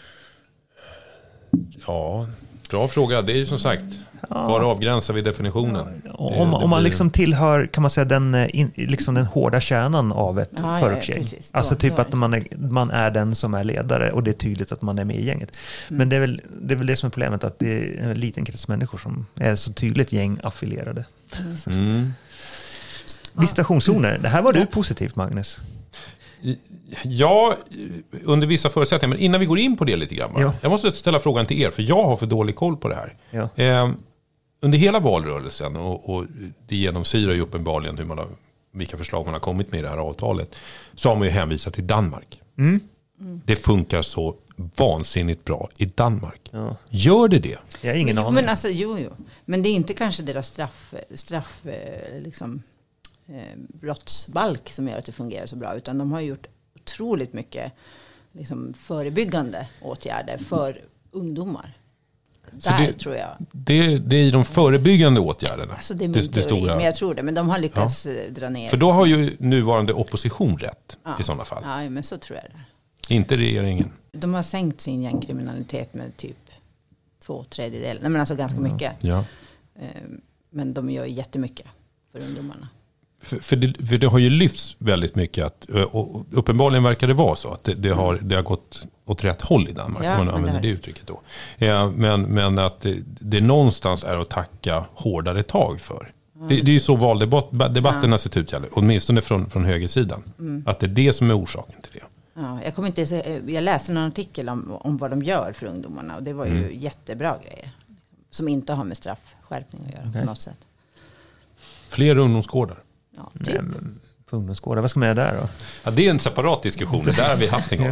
Ja, bra fråga. Det är ju som sagt, ja. Var avgränsar vi definitionen? Ja. Om, det, det om man blir... liksom tillhör, kan man säga, den, in, liksom den hårda kärnan av ett ja, förortsgäng. Ja, alltså typ då, att man är, man är den som är ledare och det är tydligt att man är med i gänget. Mm. Men det är, väl, det är väl det som är problemet, att det är en liten krets människor som är så tydligt gängaffilierade. Mm. Mm. Visitationszoner, det här var du positivt, Magnus. Ja, under vissa förutsättningar. Men innan vi går in på det lite grann. Ja. Jag måste ställa frågan till er, för jag har för dålig koll på det här. Ja. Eh, under hela valrörelsen, och, och det genomsyrar ju uppenbarligen hur man har, vilka förslag man har kommit med i det här avtalet, så har man ju hänvisat till Danmark. Mm. Mm. Det funkar så vansinnigt bra i Danmark. Ja. Gör det det? Jag har ingen men, aning. men alltså, jo, jo. Men det är inte kanske deras straff, straff eh, liksom, eh, brottsbalk som gör att det fungerar så bra, utan de har gjort otroligt mycket liksom, förebyggande åtgärder för ungdomar. Så Där det, tror jag. Det, det är i de förebyggande åtgärderna. Alltså det är min det, det teori, stora. men jag tror det. Men de har lyckats ja. dra ner. För då har ju nuvarande opposition rätt ja. i sådana fall. Ja, men så tror jag det. Inte regeringen. De har sänkt sin gängkriminalitet med typ två tredjedelar. Nej, men alltså ganska ja. mycket. Ja. Men de gör jättemycket för ungdomarna. För, för, det, för det har ju lyfts väldigt mycket att, och uppenbarligen verkar det vara så att det, det, har, det har gått åt rätt håll i Danmark, ja, om man använder det, det uttrycket då. Ja, men, men att det, det någonstans är att tacka hårdare tag för. Mm. Det, det är ju så valdebatten ja. har sett ut, åtminstone från, från högersidan. Mm. Att det är det som är orsaken till det. Ja, jag, kommer inte se, jag läste någon artikel om, om vad de gör för ungdomarna, och det var ju mm. jättebra grejer. Som inte har med straffskärpning att göra okay. på något sätt. Fler ungdomsgårdar. Ja, typ. Nej, men, på ungdomsgårdar, vad ska man göra där då? Ja, det är en separat diskussion. Det där har vi haft en gång.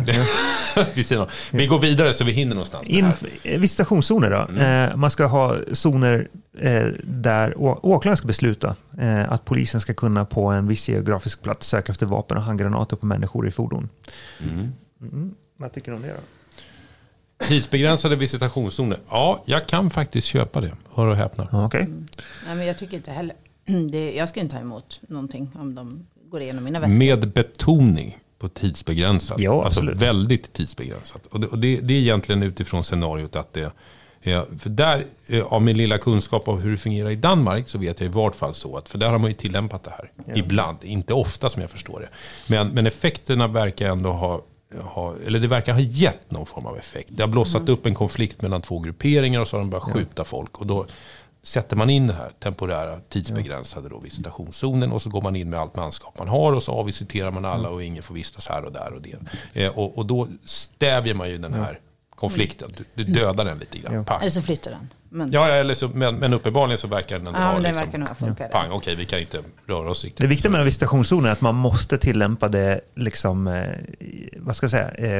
vi, vi går vidare så vi hinner någonstans. Inf- visitationszoner då. Mm. Eh, man ska ha zoner eh, där å- åklagaren ska besluta eh, att polisen ska kunna på en viss geografisk plats söka efter vapen och handgranater på människor i fordon. Mm. Mm. Vad tycker du om det då? Tidsbegränsade visitationszoner. Ja, jag kan faktiskt köpa det. Hör och häpna. Ja, okay. mm. Nej, men jag tycker inte heller. Det, jag skulle inte ta emot någonting om de går igenom mina väskor. Med betoning på tidsbegränsat. Ja, alltså absolut. väldigt tidsbegränsat. Och det, och det, det är egentligen utifrån scenariot att det är, för där, av min lilla kunskap om hur det fungerar i Danmark, så vet jag i vart fall så att, för där har man ju tillämpat det här. Ja. Ibland, inte ofta som jag förstår det. Men, men effekterna verkar ändå ha, ha, eller det verkar ha gett någon form av effekt. Det har blossat mm. upp en konflikt mellan två grupperingar, och så har de börjat ja. skjuta folk. Och då sätter man in den här temporära tidsbegränsade då, visitationszonen, och så går man in med allt manskap man har, och så avvisiterar man alla och ingen får vistas här och där och det. Eh, och, och då stävjer man ju den här konflikten. Du, du dödar den lite grann. Pang. Eller så flyttar den. Men... Ja, eller så, men, men uppenbarligen så verkar den ja, ha den liksom, verkar nog funka. Pang, okej, vi kan inte röra oss riktigt. Det viktiga med visitationszonen är att man måste tillämpa det liksom, eh, vad ska jag säga, eh,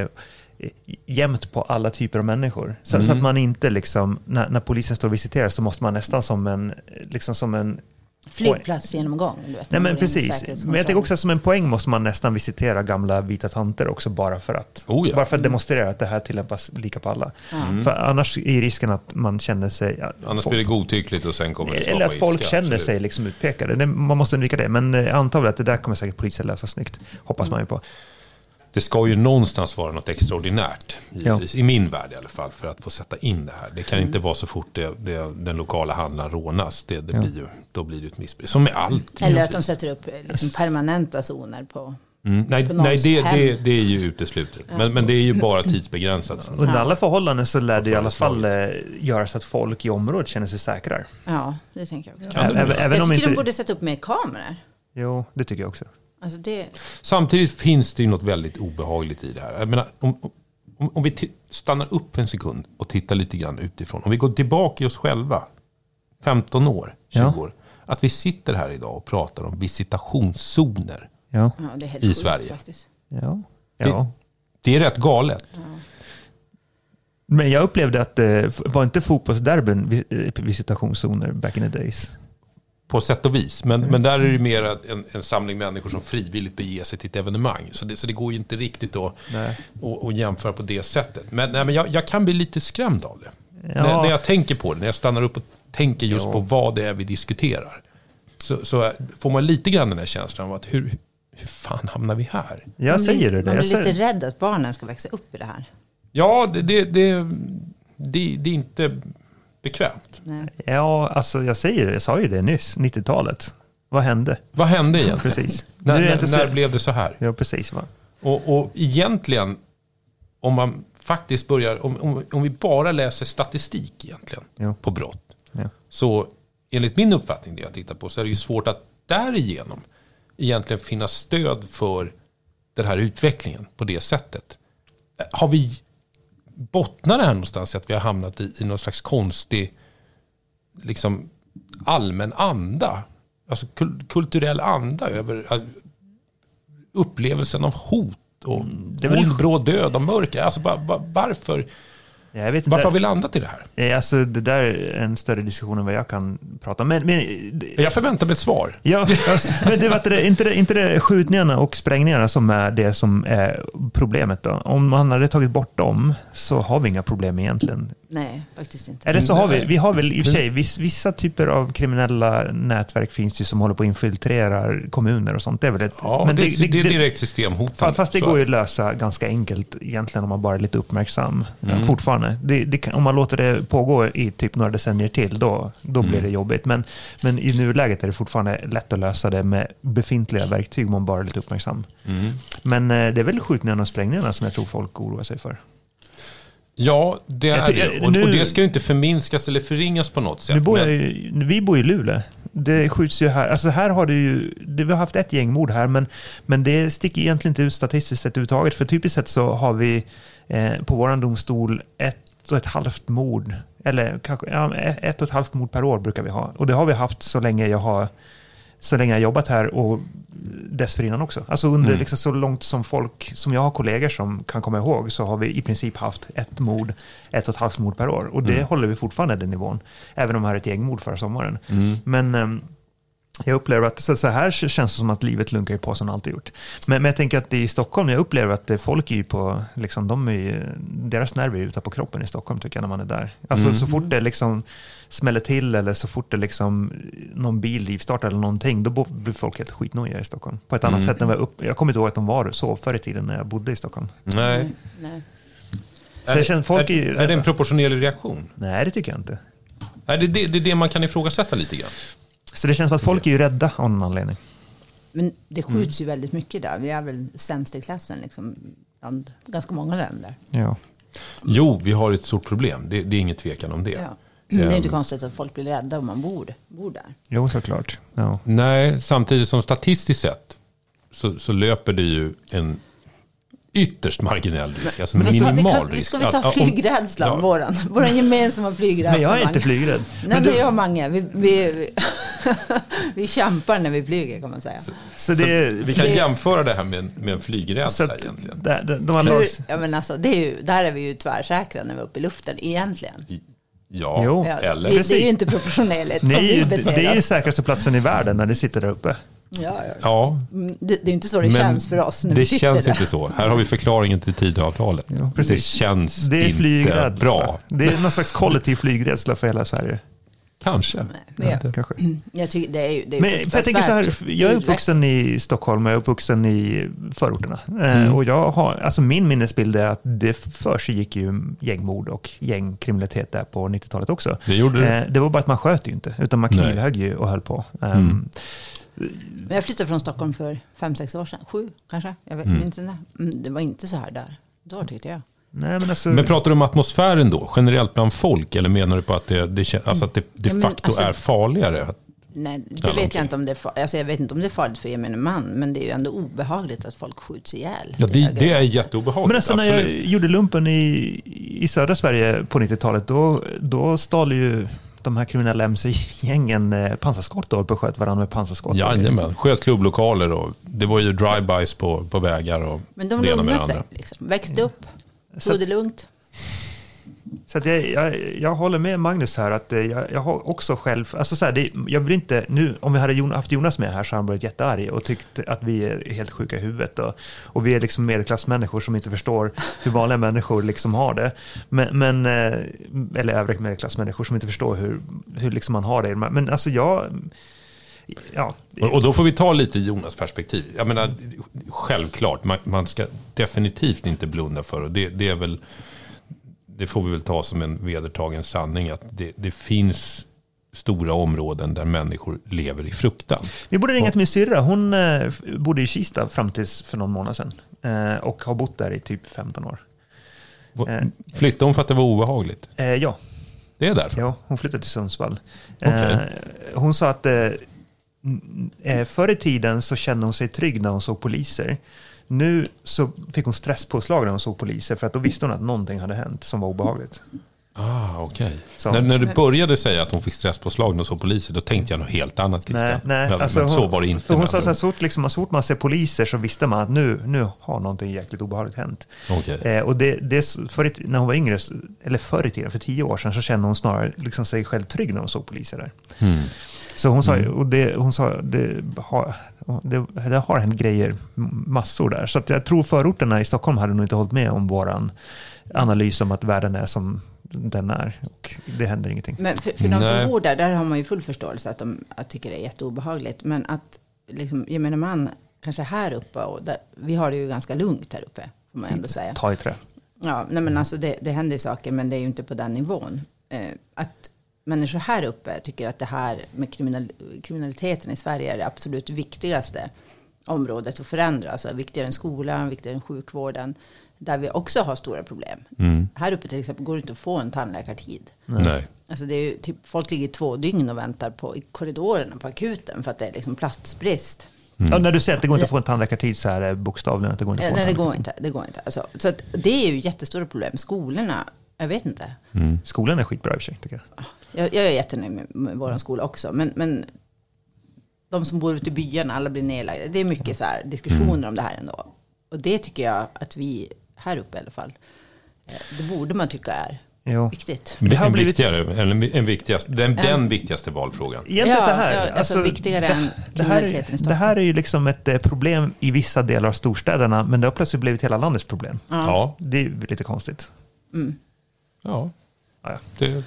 jämnt på alla typer av människor. Så, mm. så att man inte liksom, när, när polisen står och visiterar, så måste man nästan som en, liksom som en flygplatsgenomgång. Du vet, Nej, men precis. Men jag tänker också att som en poäng måste man nästan visitera gamla vita tanter också, bara för att, oh ja. bara för att demonstrera att det här tillämpas lika på alla. Mm. För annars är risken att man känner sig... Ja, annars folk, blir det godtyckligt och sen kommer det skapa eller att folk ilska, känner absolut. sig liksom utpekade. Det, man måste undvika det. Men jag antar väl att det där kommer säkert polisen läsa snyggt. Hoppas mm. man ju på. Det ska ju någonstans vara något extraordinärt, givetvis, ja. i min värld i alla fall, för att få sätta in det här. Det kan mm. inte vara så fort det, det, den lokala handlaren rånas. Det, det ja. blir ju, då blir det ett missbruk. Som med allt. Eller att de sätter upp liksom permanenta zoner på... Mm. Nej, på nej det, det, det är ju uteslutet. Ja. Men, men det är ju bara tidsbegränsat. Under alla förhållanden så lär det i alla fall göra så att folk i området känner sig säkrare. Ja, det tänker jag också. Även, även jag om tycker inte... de borde sätta upp mer kameror. Jo, det tycker jag också. Alltså det... Samtidigt finns det ju något väldigt obehagligt i det här. Jag menar, om, om, om vi t- stannar upp en sekund och tittar lite grann utifrån. Om vi går tillbaka i oss själva, femton år, tjugo ja. år. Att vi sitter här idag och pratar om visitationszoner ja. Ja, det är helt i sjukt, Sverige. Faktiskt. Ja. Ja. Det, det är rätt galet. Ja. Men jag upplevde att det var inte fotbollsderbyn visitationszoner back in the days. På sätt och vis. Men, mm. men där är det mer en, en samling människor som frivilligt beger sig till ett evenemang. Så det, så det går ju inte riktigt att, att, att jämföra på det sättet. Men, nej, men jag, jag kan bli lite skrämd av det. Ja. När, när jag tänker på det, när jag stannar upp och tänker just ja. på vad det är vi diskuterar. Så, så får man lite grann den här känslan av att hur, hur fan hamnar vi här? Jag säger det. Man jag är säger... lite rädd att barnen ska växa upp i det här. Ja, det, det, det, det, det är inte... bekvämt. Nej. Ja, alltså jag säger det, jag sa ju det nyss, nittiotalet. Vad hände? Vad hände egentligen? Precis. När, när, så... när blev det så här? Ja, precis. Va? Och, och egentligen, om man faktiskt börjar, om, om, om vi bara läser statistik egentligen ja. på brott, ja. så enligt min uppfattning, det jag tittar på, så är det ju svårt att därigenom egentligen finna stöd för den här utvecklingen på det sättet. Har vi bottnar det här någonstans att vi har hamnat i, i någon slags konstig liksom allmän anda, alltså kul- kulturell anda över uh, upplevelsen av hot och det är väl- ond, bråd död och mörker. Alltså, va- va- varför, Jag vet inte. varför har vi landat i det här? Eh, Alltså, det där är en större diskussion än vad jag kan prata om. Men, men, Jag förväntar mig ett svar. ja, men det var inte det, inte det skjutningarna och sprängningarna som är det som är problemet då. Om man hade tagit bort dem så har vi inga problem egentligen. Nej, faktiskt inte. Eller så har vi, Nej. vi har väl i och för sig viss, vissa typer av kriminella nätverk finns det som håller på att infiltrera kommuner och sånt. Det är väl ett, Ja, men det, det, det är direkt systemhotande. Fast det Så går ju är att lösa ganska enkelt egentligen om man bara är lite uppmärksam Mm. fortfarande. Det, det kan, om man låter det pågå i typ några decennier till, då, då blir Mm. det jobbigt. Men, men i nuläget är det fortfarande lätt att lösa det med befintliga verktyg om man bara är lite uppmärksam. Mm. Men eh, det är väl skjutningarna och sprängningarna som jag tror folk oroar sig för. Ja, det Jag är ty- det. Och, nu- och det ska ju inte förminskas eller förringas på något sätt. Nu bor jag, men- ju- vi bor i Luleå. Det skjuts ju här. Alltså här har det ju, det, vi har haft ett gängmord här, men, men det sticker egentligen inte ut statistiskt sett överhuvudtaget. För typiskt sett så har vi eh, på våran domstol ett och ett halvt mord, eller kanske ja, ett och ett halvt mord per år brukar vi ha. Och det har vi haft så länge jag har så länge jag jobbat här och dessförinnan också. Alltså under Mm. liksom så långt som folk, som jag har kollegor som kan komma ihåg, så har vi i princip haft ett mord, ett och ett halvt mord per år. Och det Mm. håller vi fortfarande den nivån. Även om vi har ett gängmord förra sommaren. Mm. Men ehm, jag upplever att så, så här känns det som att livet lunkar ju på som det alltid gjort. Men, men jag tänker att i Stockholm, jag upplever att det, folk är ju på, liksom, de är ju, deras nerver är ute på kroppen i Stockholm tycker jag när man är där. Alltså Mm. så fort det liksom smäller till eller så fort det liksom någon bil rivstartar eller någonting, då blir folk helt skitnojiga i Stockholm. På ett annat Mm. sätt än vad jag upp, jag kommer inte ihåg att de var så förr i tiden när jag bodde i Stockholm. Nej. Mm, nej. Så jag känner, folk är, är, är det en proportionerlig reaktion? Nej, det tycker jag inte. Nej, det, det, det är det man kan ifrågasätta lite grann. Så det känns som att folk är ju rädda av någon anledning. Men det skjuts ju väldigt mycket där. Vi är väl sämst i klassen liksom, bland ganska många länder. Ja. Jo, vi har ett stort problem. Det, det är inget tvekan om det. Ja. Det är Ehm, inte konstigt att folk blir rädda om man bor, bor där. Jo, såklart. Ja. Nej, samtidigt som statistiskt sett så, så löper det ju en ytterst marginell risk. Alltså en Men ska, vi minimal kan, risk. ska vi ta Att- om- flygrädslan, ja. våran, våran gemensamma flygrädsla? Men jag är inte Mange. flygrädd. Nej, Men men du- jag och Mange, vi, vi, vi, vi kämpar när vi flyger kan man säga. Så det, Vi kan Det- jämföra det här med en, med en så flygrädsla att, egentligen. de, de, de alla, Ja, men alltså, det är ju, där är vi ju tvärsäkra när vi är uppe i luften egentligen. Ja, Jo. Ja, eller... det, det är Precis. ju inte proportionerligt ni som är vi ju, beter det är ju oss. säkraste platsen i världen när ni sitter där uppe. Ja, ja. Ja, Mm, Det, det är ju inte så det men känns för oss när det vi sitter känns där. inte så. Här har vi förklaringen till Tidöavtalet. Ja, precis. Det känns Det är inte flygrädsla. bra. Det är någon slags kollektiv flygrädsla för hela Sverige. Kanske. Men jag, Kanske. jag tycker det är ju det är Men för jag tänker så här, jag är uppvuxen i Stockholm och jag är uppvuxen i förorterna. Eh, Mm. Och jag har, alltså min minnesbild är att det för sig gick ju gängmord och gängkriminalitet där på nittiotalet också. Det gjorde det. Eh, Det var bara att man sköt ju inte, utan man Nej. knivhögg ju och höll på. Eh, Mm. Men jag flyttade från Stockholm för fem, sex år sedan. Sju kanske. Jag vet, Mm. minns inte. Mm, det var inte så här där. Då tyckte jag. Nej, men alltså, Men pratar du om atmosfären då? Generellt bland folk? Eller menar du på att det, det, kän- alltså att det de Ja, men facto alltså- är farligare? Nej, det Ja, vet okej. jag inte om det är farligt. Alltså, jag vet inte om det är farligt för gemene man. Men det är ju ändå obehagligt att folk skjuts ihjäl. Ja, det, det är jätteobehagligt. men alltså när jag absolut. gjorde lumpen i, i södra Sverige på nittiotalet, då, då stal ju de här kriminella M C-gängen eh, pansarskott och höll på och sköt varandra med pansarskott. Jajamän, sköt klubblokaler och det var ju drive-bys på, på vägar och Men de det ena med lugnade det sig. andra. Liksom. Växte upp. Så- Tog det lugnt. Så att jag, jag, jag håller med Magnus här att eh, jag, jag har också själv, alltså så här, det, jag vill inte, nu om vi hade Jon, haft Jonas med här så hade han varit jättearg och tyckt att vi är helt sjuka i huvudet och, och vi är liksom medelklassmänniskor som inte förstår hur vanliga människor liksom har det. Men, men eh, eller övriga medelklassmänniskor som inte förstår hur, hur liksom man har det. Men alltså jag, ja. Och, och då får vi ta lite Jonas perspektiv. Jag menar, självklart, man, man ska definitivt inte blunda för och det, det är väl det får vi väl ta som en vedertagen sanning att det, det finns stora områden där människor lever i fruktan. Vi borde ringa till min syrra. Hon eh, bodde i Kista fram tills för någon månad sedan eh, och har bott där i typ femton år. Eh. Flyttade hon för att det var obehagligt? Eh, ja. Det är därför? Ja, hon flyttade till Sundsvall. Okay. Eh, hon sa att eh, eh, förr i tiden så kände hon sig trygg när hon såg poliser. Nu så fick hon stresspåslag när hon såg poliser för att då visste hon att någonting hade hänt som var obehagligt. Ah, okej. Så- När, när du började säga att hon fick stresspåslag när hon såg poliser, då tänkte jag något helt annat, Christian. Nej, nej, men, alltså men så hon- var det inte. För hon med sa andra så här, ord. så fort, liksom, så fort man ser poliser så visste man att nu, nu har någonting jäkligt obehagligt hänt. Okej. Eh, och det, det, för, i- när hon var yngre, eller förr i tiden, för tio år sedan, så kände hon snarare liksom sig själv trygg när hon såg poliser där. Mm. Så hon sa, och det, hon sa det, har, det, det har hänt grejer massor där. Så att jag tror förorterna i Stockholm hade nog inte hållit med om våran analys om att världen är som den är. Och det händer ingenting. Men för, för de Nej. som bor där, där har man ju full förståelse att de att tycker det är jätteobehagligt. Men att liksom, gemene man, kanske här uppe, och där, vi har det ju ganska lugnt här uppe, får man ändå säga. Ta i trä. Ja, nej, men alltså det, det händer saker, men det är ju inte på den nivån. Eh, att människor här uppe tycker att det här med kriminal, kriminaliteten i Sverige är det absolut viktigaste området att förändra. Alltså viktigare än skolan, viktigare än sjukvården, där vi också har stora problem. Mm. Här uppe till exempel går det inte att få en tandläkartid. Nej. Alltså det är ju typ, folk ligger två dygn och väntar på, i korridorerna på akuten för att det är liksom platsbrist. Mm. Ja, när du säger att det går inte att få en tandläkartid så här är bokstavligen att det går inte att Ja, få en nej, det går tandläkartid. inte. Det går inte. Alltså, så att det är ju jättestora problem. Skolorna, jag vet inte. Mm. Skolan är skitbra i och för sig, tycker jag. Jag, jag är jättenöjd med, med vår skola också. Men, men de som bor ute i byarna, alla blir nedlagda. Det är mycket så här diskussioner Mm. om det här ändå. Och det tycker jag att vi, här uppe i alla fall, eh, det borde man tycka är Jo. viktigt. Men det Det har är en blivit- viktigare, en, en viktigaste, den, den viktigaste valfrågan. Egentligen Ja, så här. ja, alltså viktigare än det, här kriminaliteten i är, Stockholm. det här är ju liksom ett eh, problem i vissa delar av storstäderna, men det har plötsligt blivit hela landets problem. Ja. Det är ju lite konstigt. Ja. Ja, ja. Det,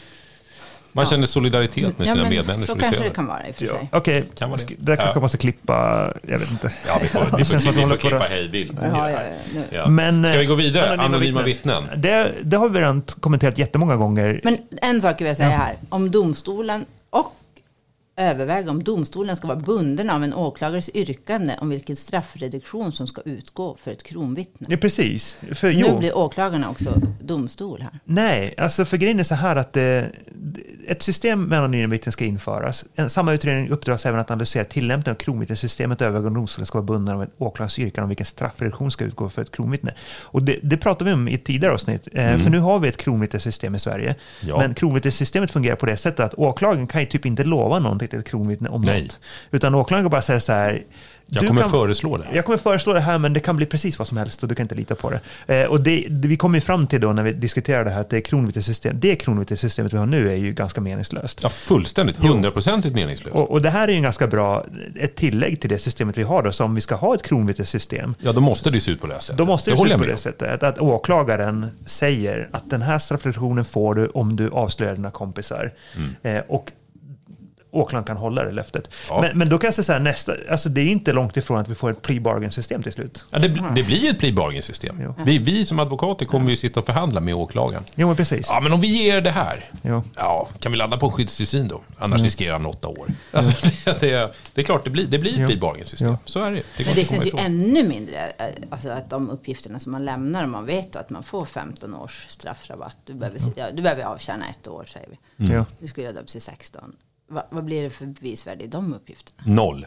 man känner solidaritet med Ja, sina men medmänniskor. så i kanske serien. det kan vara i och för sig. Okej, Kan vara det. sk- där kanske Ja. jag måste klippa, jag vet inte. Ja, vi får, vi Det får, känns som att vi vi får håller på klippa att- hej vilt. Ja, ja, nu. Ja. Men, Ska vi gå eh, vidare? Anonyma, vittnen. Det, det har vi redan kommenterat jättemånga gånger. Men en sak vill jag säga här. Om domstolen och överväga om domstolen ska vara bunden av en åklagares yrkande om vilken straffreduktion som ska utgå för ett kronvittne. Ja, precis. För, Så jo, nu blir åklagarna också domstol här. Nej, alltså för grejen är så här att eh, ett system med anonyma vittnen ska införas. En, samma utredning uppdras även att analysera tillämpningen av kronvittnessystemet och överväga om domstolen ska vara bunden av en åklagares yrkande om vilken straffreduktion ska utgå för ett kronvittne. Och det, det pratade vi om i ett tidigare avsnitt. Eh, Mm. För nu har vi ett kronvittnessystem i Sverige. Ja. Men kronvittnessystemet fungerar på det sättet att åklagaren kan ju typ inte lova någonting till ett kronvittne om Nej. något. Utan åklagaren bara säger så här. Jag du kommer kan- föreslå det. Jag kommer föreslå det här, men det kan bli precis vad som helst och du kan inte lita på det. Eh, och det, det vi kom ju fram till då när vi diskuterade det här att det kronvittnessystem, det kronvittnessystemet vi har nu är ju ganska meningslöst. Ja, fullständigt. Hundraprocentigt meningslöst. Och, och det här är ju en ganska bra ett tillägg till det systemet vi har då, så om vi ska ha ett kronvittnessystem, Ja, då måste det se ut på det här sättet. då måste det se håller ut jag på med det sättet att, att åklagaren säger att den här straffreduktionen får du om du avslöjar dina kompisar. Eh, och åklagaren kan hålla det löftet. Ja. Men, men då kan jag säga så här, nästa, alltså det är inte långt ifrån att vi får ett plea bargain-system till slut. Ja, det, det blir ett plea bargain-system. Jo. Vi, vi som advokater kommer ju sitta och förhandla med åklagaren. Jo, men precis. Ja, men om vi ger det här, Jo. ja, kan vi landa på en skyddstillsyn då? Annars riskerar han åtta år. Alltså, det, det, det är klart, det blir, det blir ett Jo. plea bargain-system. Jo. Så är det. Det, går Men det inte att känns ju komma ifrån. ännu mindre, eh, alltså att de uppgifterna som man lämnar, om man vet att man får femton års straffrabatt. Du behöver, ja, du behöver avtjäna ett år, säger vi. Ja. Du skulle ha dömts till sexton. Va, vad blir det för bevisvärde i de uppgifterna? Noll.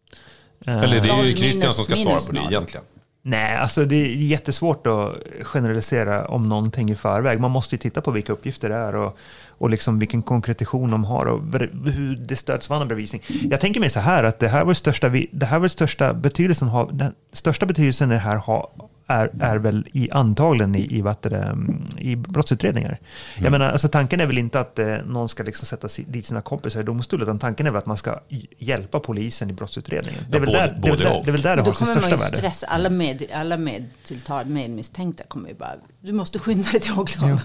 Eller det är ju Noll Christian minus- som ska svara minus på det noll. egentligen. Nej, alltså det är jättesvårt att generalisera om någonting i förväg. Man måste ju titta på vilka uppgifter det är och, och liksom vilken konkretion de har och hur det stöds av annan bevisning. Jag tänker mig så här att det här var största, vi- det här var största betydelsen, har, den största betydelsen det här har, är, är väl i antagligen i, i, vad heter det, i brottsutredningar. Mm. Jag menar, alltså tanken är väl inte att eh, någon ska liksom sätta si- dit sina kompisar i domstol, utan tanken är väl att man ska i- hjälpa polisen i brottsutredningen. Det är, Ja, väl, både- där, det, är väl både där, och. det är väl där det Men då har sitt kommer man största ju värde. stressa. Alla, med, alla medtilltal, medmisstänkta kommer ju bara, du måste skynda dig till åklagaren.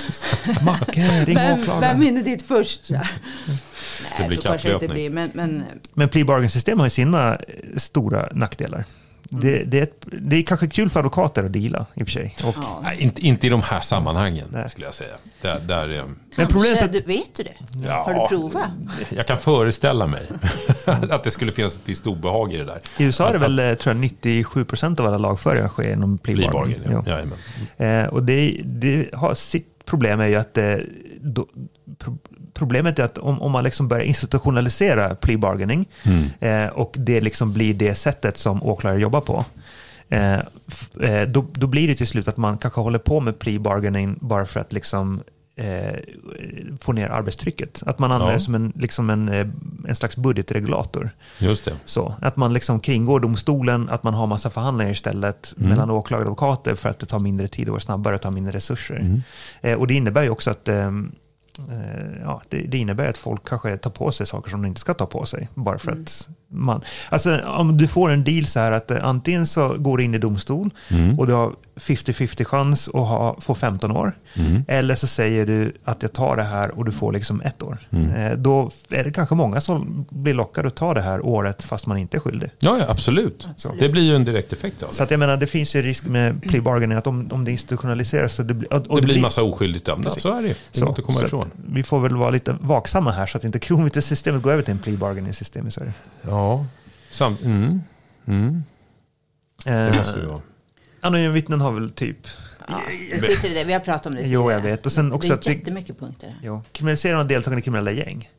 Macke, ring Vem, åklagaren. vem hinner dit först? Ja. Nej, blir så kanske det inte kapplöpning. blir. Men, men Men plea bargain-system har ju sina eh, stora nackdelar. Det, det, är ett, det är kanske kul för advokater att deala i och för sig. Och, ja. Nej, inte, inte i de här sammanhangen, Nej. skulle jag säga. Där, där, eh, Men problemet är kanske, att- du, vet du det? ja, Har du provat? Jag kan föreställa mig att det skulle finnas ett visst obehag i det där. I U S A är det Att- väl eh, tror jag, nittiosju procent av alla lagföringar sker genom plea Plea bargain. bargain, ja. Ja. Jajamän. Eh, och det, det har sitt problem är ju att eh, då, pro, problemet är att om, om man liksom börjar institutionalisera plea bargaining Mm. eh, och det liksom blir det sättet som åklagare jobbar på, eh, f, eh, då, då blir det till slut att man kanske håller på med plea bargaining bara för att liksom eh, få ner arbetstrycket. Att man använder Ja. det som en, liksom en, en slags budgetregulator. Just det. Så, att man liksom kringgår domstolen, att man har massa förhandlingar istället Mm. mellan åklagare och advokater för att det tar mindre tid och går snabbare och tar mindre resurser. Mm. Eh, och det innebär ju också att eh, eh, ja, det, det innebär att folk kanske tar på sig saker som de inte ska ta på sig. Bara för Mm. att man... Alltså om du får en deal så här att eh, antingen så går du in i domstol Mm. och du har femtio femtio chans att ha, få femton år. Mm. Eller så säger du att jag tar det här och du får liksom ett år. Mm. Eh, då är det kanske många som blir lockade att ta det här året fast man inte är skyldig. Ja, ja, absolut. Absolut. Det blir ju en direkt effekt av det. Så att jag menar, det finns ju risk med plea bargaining att om, om det institutionaliseras så det blir... Och, och det blir en massa oskyldigt dömda. Precis. Så är det ju. Det så, går inte att komma så ifrån. att vi får väl vara lite vaksamma här så att inte kronvittnessystemet går över till en plea bargaining-system i Sverige. Ja, Sam- mm. Mm. Det Eh, måste det vara. anonyma vittnen har väl typ... Ja, vi skiter i det. Vi har pratat om det Jo, jag tidigare. vet. Och sen också det att är vi- jättemycket punkter. Jo, kriminalisering av deltagande i kriminella gäng.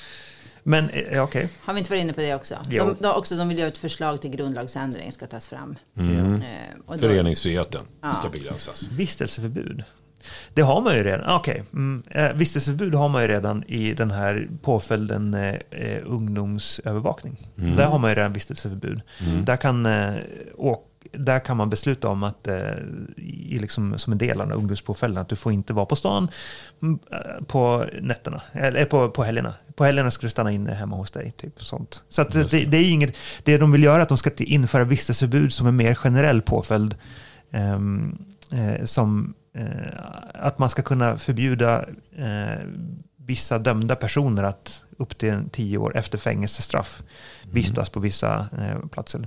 Men, eh, okej. Har vi inte varit inne på det också? Jo. De, de, också, de vill göra ett förslag till grundlagsändring ska tas fram. Mm. Eh, och då, Föreningsfriheten Ja. ska begränsas. Vistelseförbud. Det har man ju redan. Okej. Mm. Eh, vistelseförbud har man ju redan i den här påföljden eh, eh, ungdomsövervakning. Mm. Där har man ju redan vistelseförbud. Mm. Där kan eh, och där kan man besluta om att eh, i liksom, som en del av den här ungdomspåföljden att du får inte vara på stan mm, eh, på nätterna eller på, på helgerna. På helgerna ska du stanna inne hemma hos dig typ sånt. Så att Just det, det är ju inget, det de vill göra är att de ska införa vistelseförbud som en mer generell påföljd ehm, eh, som eh, att man ska kunna förbjuda eh, vissa dömda personer att upp till tio år efter fängelsestraff vistas på vissa eh, platser.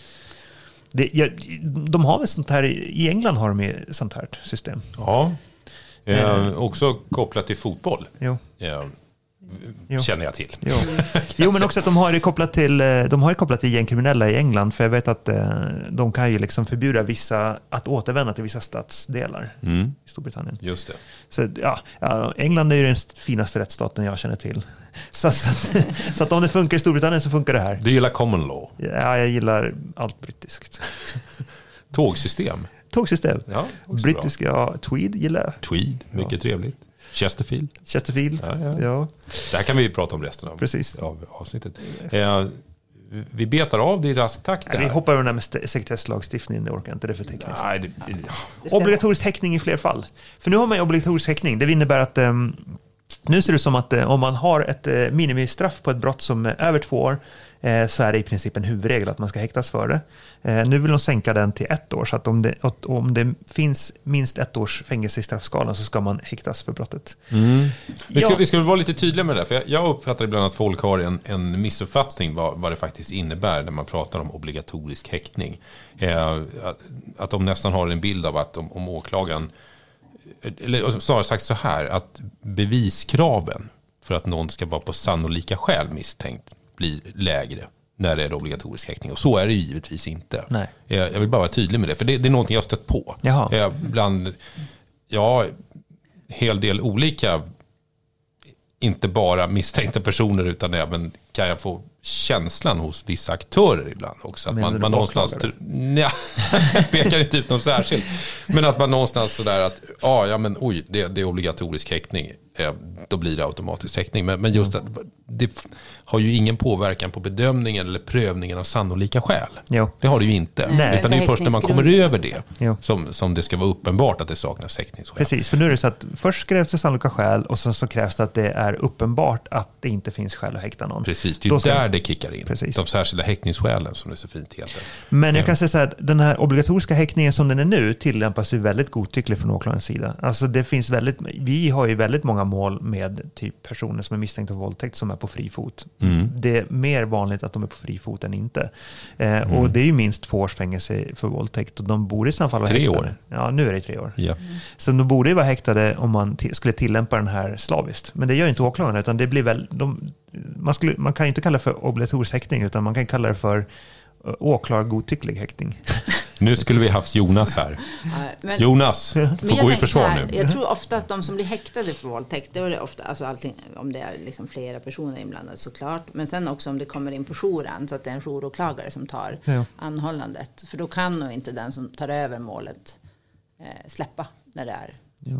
Det, ja, de har väl sånt här, i England har de ju sånt här system. Ja, eh, också kopplat till fotboll. Jo. Eh, Jo. känner jag till. Jo. jo, men också att de har det kopplat till, de har det kopplat till gängkriminella i England, för jag vet att eh, de kan ju liksom förbjuda vissa att återvända till vissa stadsdelar Mm. i Storbritannien. Just det. Så ja, ja, England är ju den finaste rättsstaten jag känner till. Så, så, att, så att om det funkar i Storbritannien så funkar det här. Du gillar common law. Ja, jag gillar allt brittiskt. Tågsystem. Tågsystem. Ja, också Brittiska, ja, Tweed gillar jag. bra. Tweed, mycket trevligt. Chesterfield. Chesterfield. Ja, ja. Ja, Det här kan vi ju prata om resten av, Precis. av avsnittet. Eh, vi betar av det i rask takt. Nej, vi hoppar över den här med sekretesslagstiftningen, det orkar jag inte, det är för tekniskt. Nej, det, det ska- Obligatorisk häktning i fler fall. För nu har man ju obligatorisk häktning. Det innebär att um, nu ser det som att uh, om man har ett uh, minimistraff på ett brott som är över två år uh, så är det i princip en huvudregel att man ska häktas för det. Uh, nu vill de sänka den till ett år, så att om det, att, om det finns minst ett års fängelse i straffskalan så ska man häktas för brottet. Mm. Vi, ska, Ja. vi ska väl vara lite tydliga med det där, för jag, jag uppfattar ibland att folk har en, en missuppfattning vad, vad det faktiskt innebär när man pratar om obligatorisk häktning. Eh, att, att de nästan har en bild av att om, om åklagaren, eller snarare sagt så här, att beviskraven för att någon ska vara på sannolika skäl misstänkt blir lägre när det är obligatorisk häktning. Och så är det ju givetvis inte. Nej. Jag, jag vill bara vara tydlig med det, för det, det är någonting jag har stött på. Jaha. Eh, bland, ja, hel del olika, inte bara misstänkta personer utan även kan jag få känslan hos vissa aktörer ibland också. Att Menar man, du man någonstans... åklagare? Nja, jag pekar inte ut någon särskilt. Men att man någonstans sådär att, ja, ja men oj, det, det är obligatorisk häktning. Eh, då blir det automatisk häktning. Men, men just att det f- har ju ingen påverkan på bedömningen eller prövningen av sannolika skäl. Jo. Det har det ju inte. Nej. Utan det är ju först när man kommer över det Jo. som, som det ska vara uppenbart att det saknas häktningsskäl. Precis, för nu är det så att först krävs det sannolika skäl och sen så krävs det att det är uppenbart att det inte finns skäl att häkta någon. Precis, det är Då ju ska- där det kickar in. Precis. De särskilda häktningsskälen som det så fint heter. Men jag kan säga så här att den här obligatoriska häktningen som den är nu tillämpas ju väldigt godtyckligt från åklagarens sida. Alltså det finns väldigt, vi har ju väldigt många mål med typ personer som är misstänkta för våldtäkt som är på fri fot. Mm. Det är mer vanligt att de är på fri fot än inte. Eh, Mm. Och det är ju minst två års fängelse för våldtäkt och de borde i så fall vara Tre häktade. år. Ja, nu är det tre år. Ja. Så de borde ju vara häktade om man t- skulle tillämpa den här slaviskt. Men det gör ju inte åklagarna, utan det blir väl... De, man, skulle, man kan ju inte kalla det för obligatorisk häktning, utan man kan kalla det för uh, åklagargodtycklig häktning. Nu skulle vi haft Jonas här. Ja, men- Jonas, Men får jag gå i tänker försvar så här, nu. Jag tror ofta att de som blir häktade för våldtäkt, då är det ofta, alltså allting, om det är liksom flera personer inblandade såklart, men sen också om det kommer in på jouren, så att det är en jouråklagare som tar Ja. anhållandet. För då kan nog inte den som tar över målet eh, släppa när det är Jo.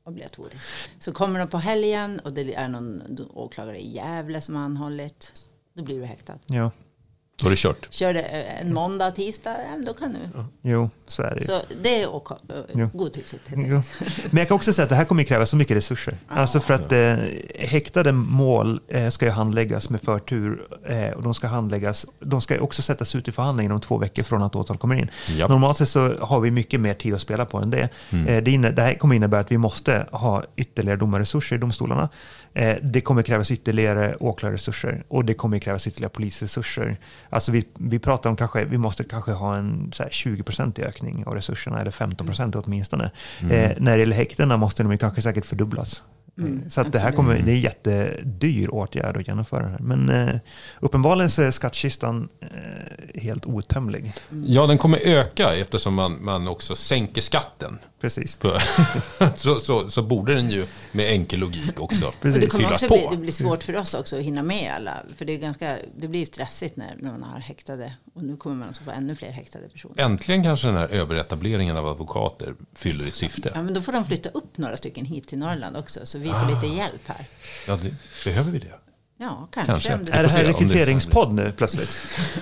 obligatoriskt. Så kommer de på helgen och det är någon åklagare i Gävle som har anhållit, då blir du häktad. Ja. Då är det kört. Kör det en måndag, tisdag, då kan du. Ja. Jo, så är det. Så det är uh, godtyckligt. Men jag kan också säga att det här kommer kräva så mycket resurser. Ah, alltså för att eh, häktade mål eh, ska ju handläggas med förtur eh, och de ska handläggas, de ska också sättas ut i förhandlingen om två veckor från att åtal kommer in. Japp. Normalt sett så har vi mycket mer tid att spela på än det. Mm. Eh, det, inne, det här kommer innebära att vi måste ha ytterligare domarresurser i domstolarna. Eh, det kommer krävas ytterligare åklagarresurser och det kommer krävas ytterligare polisresurser. Alltså vi, vi pratar om kanske, vi måste kanske ha en så här, tjugo procent i ökning av resurserna eller femton procent åtminstone. Mm. Eh, när det gäller häktena måste de kanske säkert fördubblas. Mm, så att det här kommer, det är en jättedyr åtgärd att genomföra här. Men eh, uppenbarligen så är skattkistan eh, helt outtömlig. Ja, den kommer öka eftersom man, man också sänker skatten. Precis. På, så, så, så borde den ju med enkel logik också Precis. Det kommer också bli, det blir svårt för oss också att hinna med alla. För det, är ganska, det blir stressigt när, när man har häktade. Och nu kommer man också få ännu fler häktade personer. Äntligen kanske den här överetableringen av advokater fyller ett syfte. Ja, men då får de flytta upp några stycken hit till Norrland också. Så vi får ah. lite hjälp här. Ja, det, behöver vi det? Ja, kanske. kanske. Det är det här rekryteringspodd nu plötsligt?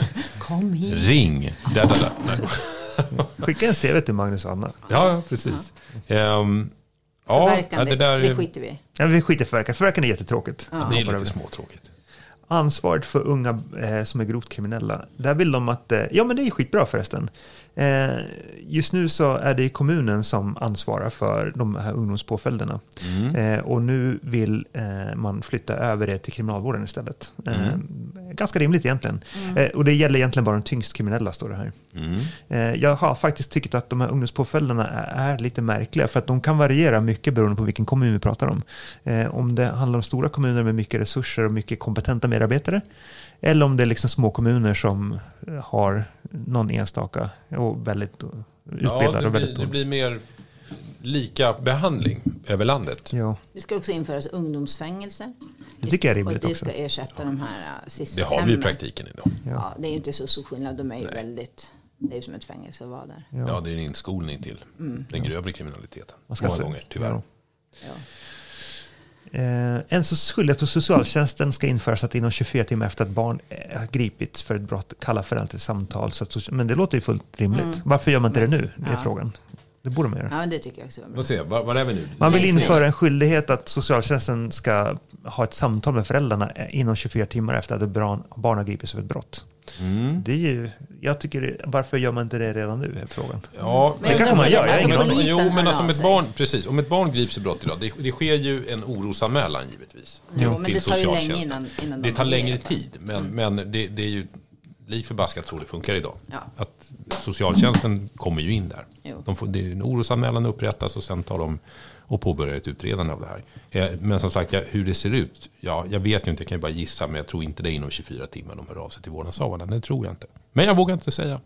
Kom hit. Ring. Där, där, där. Skicka en C V till Magnus och Anna. Ja, precis. Ja. Um, ja, det, där... det skiter vi. Ja, vi skiter i förverkan. Förverkan är jättetråkigt. Ja. Det är lite småtråkigt. Ansvaret för unga eh, som är grovt kriminella. Där vill de att, eh, ja men det är skitbra förresten. Eh, just nu så är det kommunen som ansvarar för de här ungdomspåföljderna. Mm. Eh, och nu vill eh, man flytta över det till kriminalvården istället. Eh, mm. Ganska rimligt egentligen. Mm. Eh, och det gäller egentligen bara de tyngst kriminella, står det här. Mm. Eh, jag har faktiskt tyckt att de här ungdomspåföljderna är, är lite märkliga. För att de kan variera mycket beroende på vilken kommun vi pratar om. Eh, om det handlar om stora kommuner med mycket resurser och mycket kompetenta medarbetare. Eller om det är liksom små kommuner som har någon enstaka och väldigt utbildad. Ja, det, och väldigt blir, det blir mer lika behandling över landet. Ja. Det ska också införas ungdomsfängelser. Det tycker jag är rimligt också. också. Och det ska ersätta de här S I S. Det har vi i praktiken idag. Ja, ja det är ju inte så stor skillnad. De är ju Nej. väldigt... Det är ju som ett fängelse att vara där. Ja, ja det är en inskolning till mm. den grövre kriminaliteten. Många se. gånger, tyvärr. Ja. Ja. Eh, en så skulle efter socialtjänsten ska införas att inom tjugofyra timmar efter att barn har gripits för ett brott kalla föräldrar till samtal. Så att, men det låter ju fullt rimligt. Mm. Varför gör man inte det nu? Det är ja. frågan. Det borde man göra. Ja, men det tycker jag också. Vad se, var, var är vi nu? Man vill införa en skyldighet att socialtjänsten ska ha ett samtal med föräldrarna inom tjugofyra timmar efter att barn, barn har gripits för ett brott. Mm. Det är ju, jag tycker det, varför gör man inte det redan nu är frågan. Ja, men det kanske man gör. Jag men, jo, men alltså om ett barn, precis, om ett barn grips i brott idag, det, det sker ju en orosanmälan givetvis. Jo, men det tar ju länge innan, innan det tar längre tid, men, men det, det är ju lik förbaskat tror det funkar idag. Ja. Att socialtjänsten kommer ju in där. De får, det är en orosanmälan upprättas och sen tar de och påbörjar ett utredande av det här. Men som sagt, ja, hur det ser ut, ja, jag vet ju inte, jag kan ju bara gissa, men jag tror inte det är inom tjugofyra timmar de hör av sig till vårdnadshavarna. Det tror jag inte. Men jag vågar inte säga.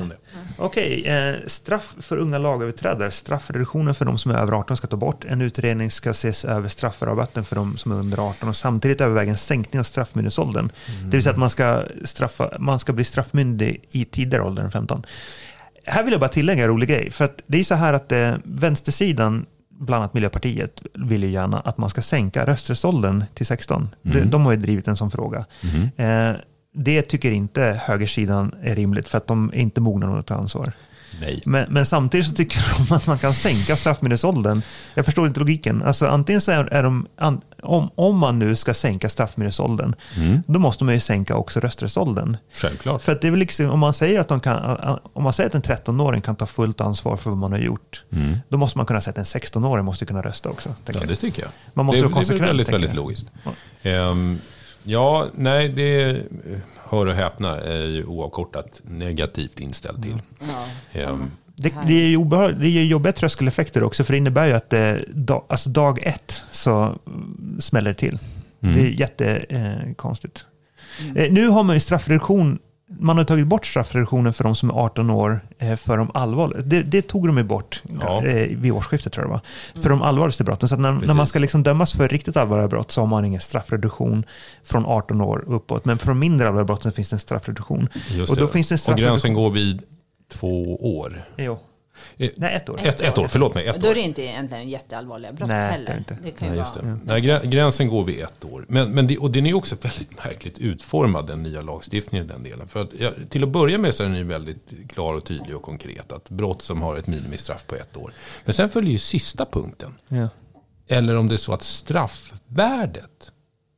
Okej, eh, straff för unga lagöverträdare. Straffreduktionen för de som är över arton ska ta bort. En utredning ska ses över straffrabatten för de som är under arton och samtidigt överväga en sänkning av straffmyndighetsåldern. Mm. Det vill säga att man ska, straffa, man ska bli straffmyndig i tidigare ålder än femton. Här vill jag bara tillägga en rolig grej. För att det är så här att eh, vänstersidan, bland annat Miljöpartiet, vill ju gärna att man ska sänka rösträttsåldern till sexton. Mm. De, de har ju drivit en sån fråga. Mm. Eh, det tycker inte högersidan är rimligt för att de är inte mogna att ta ansvar. Nej. Men, men samtidigt så tycker de att man kan sänka straffmyndighetsåldern. Jag förstår inte logiken. Alltså antingen så är, är de, an, om, om man nu ska sänka straffmyndighetsåldern, mm. då måste man ju sänka också rösträttsåldern. Självklart. För att det är väl liksom, om man säger att de kan, om man säger att en tretton-åring kan ta fullt ansvar för vad man har gjort, mm. då måste man kunna säga att en sexton-åring måste kunna rösta också. Ja, det tycker jag. Man måste det, vara konsekvent. Det är väldigt, väldigt logiskt. Ja. Um, ja, nej, det hör och häpna är ju oavkortat negativt inställd till. Ja, um, Det, det är ju obehör, det är ju jobbiga tröskeleffekter också, för det innebär ju att eh, dag, alltså dag ett så smäller det till. Mm. Det är jättekonstigt. Eh, mm. eh, nu har man ju straffreduktion, man har tagit bort straffreduktionen för de som är arton år eh, för de allvarliga. Det, det tog de ju bort ja. eh, vid årsskiftet tror jag det var. Mm. För de allvarligaste brotten. Så att när, när man ska liksom dömas för riktigt allvarliga brott så har man ingen straffreduktion från arton år uppåt. Men för de mindre allvarliga brotten finns det en straffreduktion. Just och, då finns det en straffreduktion. Och gränsen går vid två år. Jo. Eh, Nej, ett år. Ett, ett år, förlåt mig. Ett Då är år. det inte egentligen jätteallvarliga brott Nej, heller. det är inte. Det kan ju Nej, just vara... det. Nej, grä- gränsen går vid ett år. Men, men det, och den är också väldigt märkligt utformad, den nya lagstiftningen i den delen. För att, ja, till att börja med så är den ju väldigt klar och tydlig och konkret. Att brott som har ett minimistraff på ett år. Men sen följer ju sista punkten. Ja. Eller om det är så att straffvärdet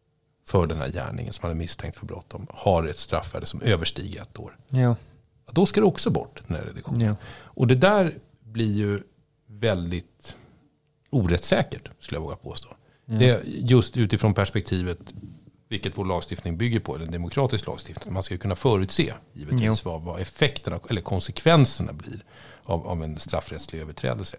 för den här gärningen som man är misstänkt för brott om har ett straffvärde som överstiger ett år. Ja. Då ska det också bort, den här reduktionen. Ja. Och det där blir ju väldigt orättssäkert, skulle jag våga påstå. Ja. Det är just utifrån perspektivet, vilket vår lagstiftning bygger på, eller en demokratisk lagstiftning. Man ska kunna förutse, givetvis, vad, vad effekterna eller konsekvenserna blir av, av en straffrättslig överträdelse.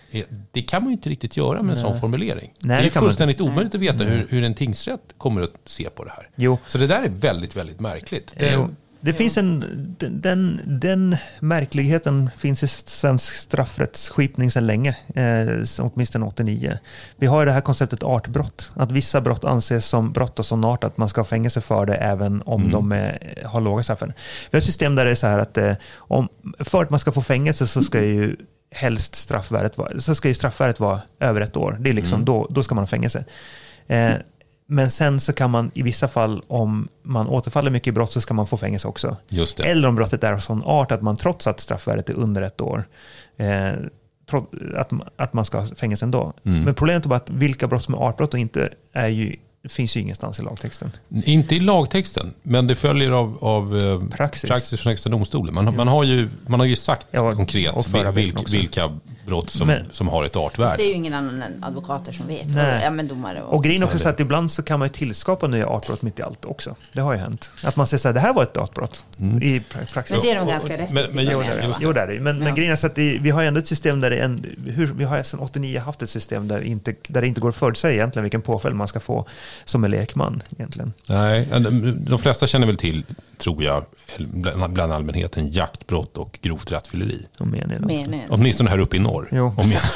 Det kan man ju inte riktigt göra med en sån formulering. Nej, det är det kan fullständigt man. omöjligt att veta hur, hur en tingsrätt kommer att se på det här. Jo. Så det där är väldigt, väldigt märkligt. Det, Jo. Det finns en, den, den, den märkligheten finns i svensk straffrättsskipning sedan länge, eh, åtminstone åttionio. Vi har det här konceptet artbrott, att vissa brott anses som brott och sån art att man ska ha fängelse för det även om mm. de är, har låga straffen. Vi har ett system där det är så här att eh, om, för att man ska få fängelse så ska ju helst straffvärdet vara, så ska ju straffvärdet vara över ett år. Det är liksom, mm. då, då ska man ha fängelse. Eh, Men sen så kan man i vissa fall, om man återfaller mycket i brott, så ska man få fängelse också. Just det. Eller om brottet är av sån art att man trots att straffvärdet är under ett år, eh, trots, att, att man ska ha fängelse ändå. Mm. Men problemet är bara att vilka brott som är artbrott och inte är ju, finns ju ingenstans i lagtexten. Inte i lagtexten, men det följer av, av praxis. praxis från Högsta domstolen. Man, man, har ju, man har ju sagt ja, konkret vilka, vilka brott som, men, som har ett artvärde. Det är ju ingen annan än advokater som vet. Nej. Ja, men domare och, och grejen också så att ibland så kan man ju tillskapa nya artbrott mitt i allt också. Det har ju hänt. Att man säger så här, det här var ett artbrott mm. i praxis. Men det är de ganska restriktiva. Men, men, jo, det är det. Jo, det är det. Men, ja. men grejen är så att det, vi har ju ändå ett system där det är en, hur, vi har sedan åttionio haft ett system där, inte, där det inte går att förutsäga egentligen vilken påföljd man ska få som är lekman egentligen. Nej, de flesta känner väl till, tror jag, bland allmänheten, jaktbrott och grovt rattfylleri. Åtminstone här uppe i norr. Jo.